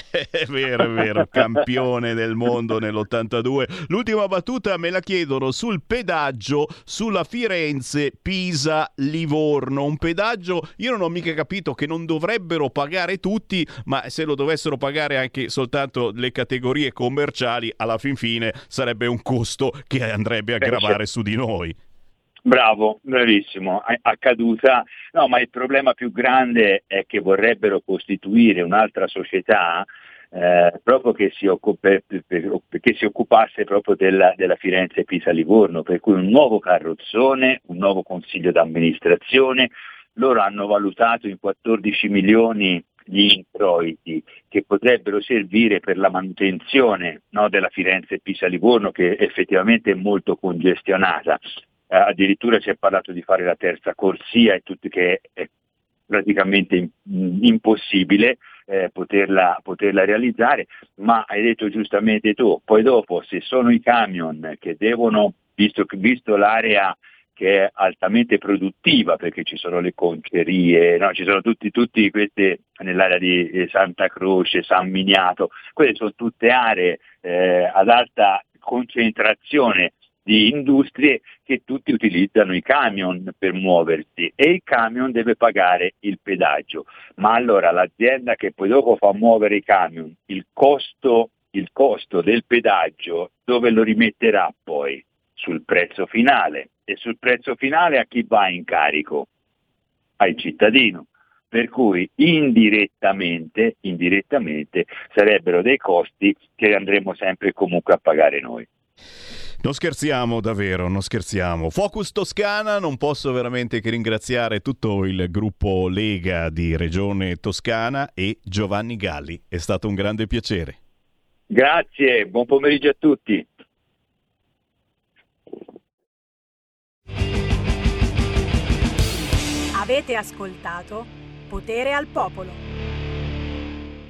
È vero, è vero, campione del mondo nell'ottantadue. L'ultima battuta me la chiedono sul pedaggio sulla Firenze-Pisa-Livorno. Un pedaggio, io non ho mica capito che non dovrebbero pagare tutti, ma se lo dovessero pagare anche soltanto le categorie commerciali, alla fin fine sarebbe un costo che andrebbe a gravare su di noi. Bravo, bravissimo, accaduta. No, ma il problema più grande è che vorrebbero costituire un'altra società eh, proprio che si, occupe, che si occupasse proprio della, della Firenze Pisa Livorno, per cui un nuovo carrozzone, un nuovo consiglio d'amministrazione. Loro hanno valutato in quattordici milioni gli introiti che potrebbero servire per la manutenzione, no, della Firenze Pisa Livorno, che effettivamente è molto congestionata. Uh, addirittura si è parlato di fare la terza corsia e tutto, che è praticamente in, impossibile eh, poterla, poterla realizzare, ma hai detto giustamente tu, poi dopo se sono i camion che devono, visto, visto l'area che è altamente produttiva, perché ci sono le concerie, no? Ci sono tutti, tutti queste nell'area di Santa Croce, San Miniato, quelle sono tutte aree eh, ad alta concentrazione di industrie che tutti utilizzano i camion per muoversi e il camion deve pagare il pedaggio. Ma allora l'azienda che poi dopo fa muovere i camion, il costo, il costo del pedaggio dove lo rimetterà poi? Sul prezzo finale. E sul prezzo finale a chi va in carico? Al cittadino. Per cui indirettamente, indirettamente sarebbero dei costi che andremo sempre comunque a pagare noi. Non scherziamo davvero, non scherziamo. Focus Toscana, non posso veramente che ringraziare tutto il gruppo Lega di Regione Toscana e Giovanni Galli. È stato un grande piacere. Grazie, buon pomeriggio a tutti. Avete ascoltato Potere al Popolo.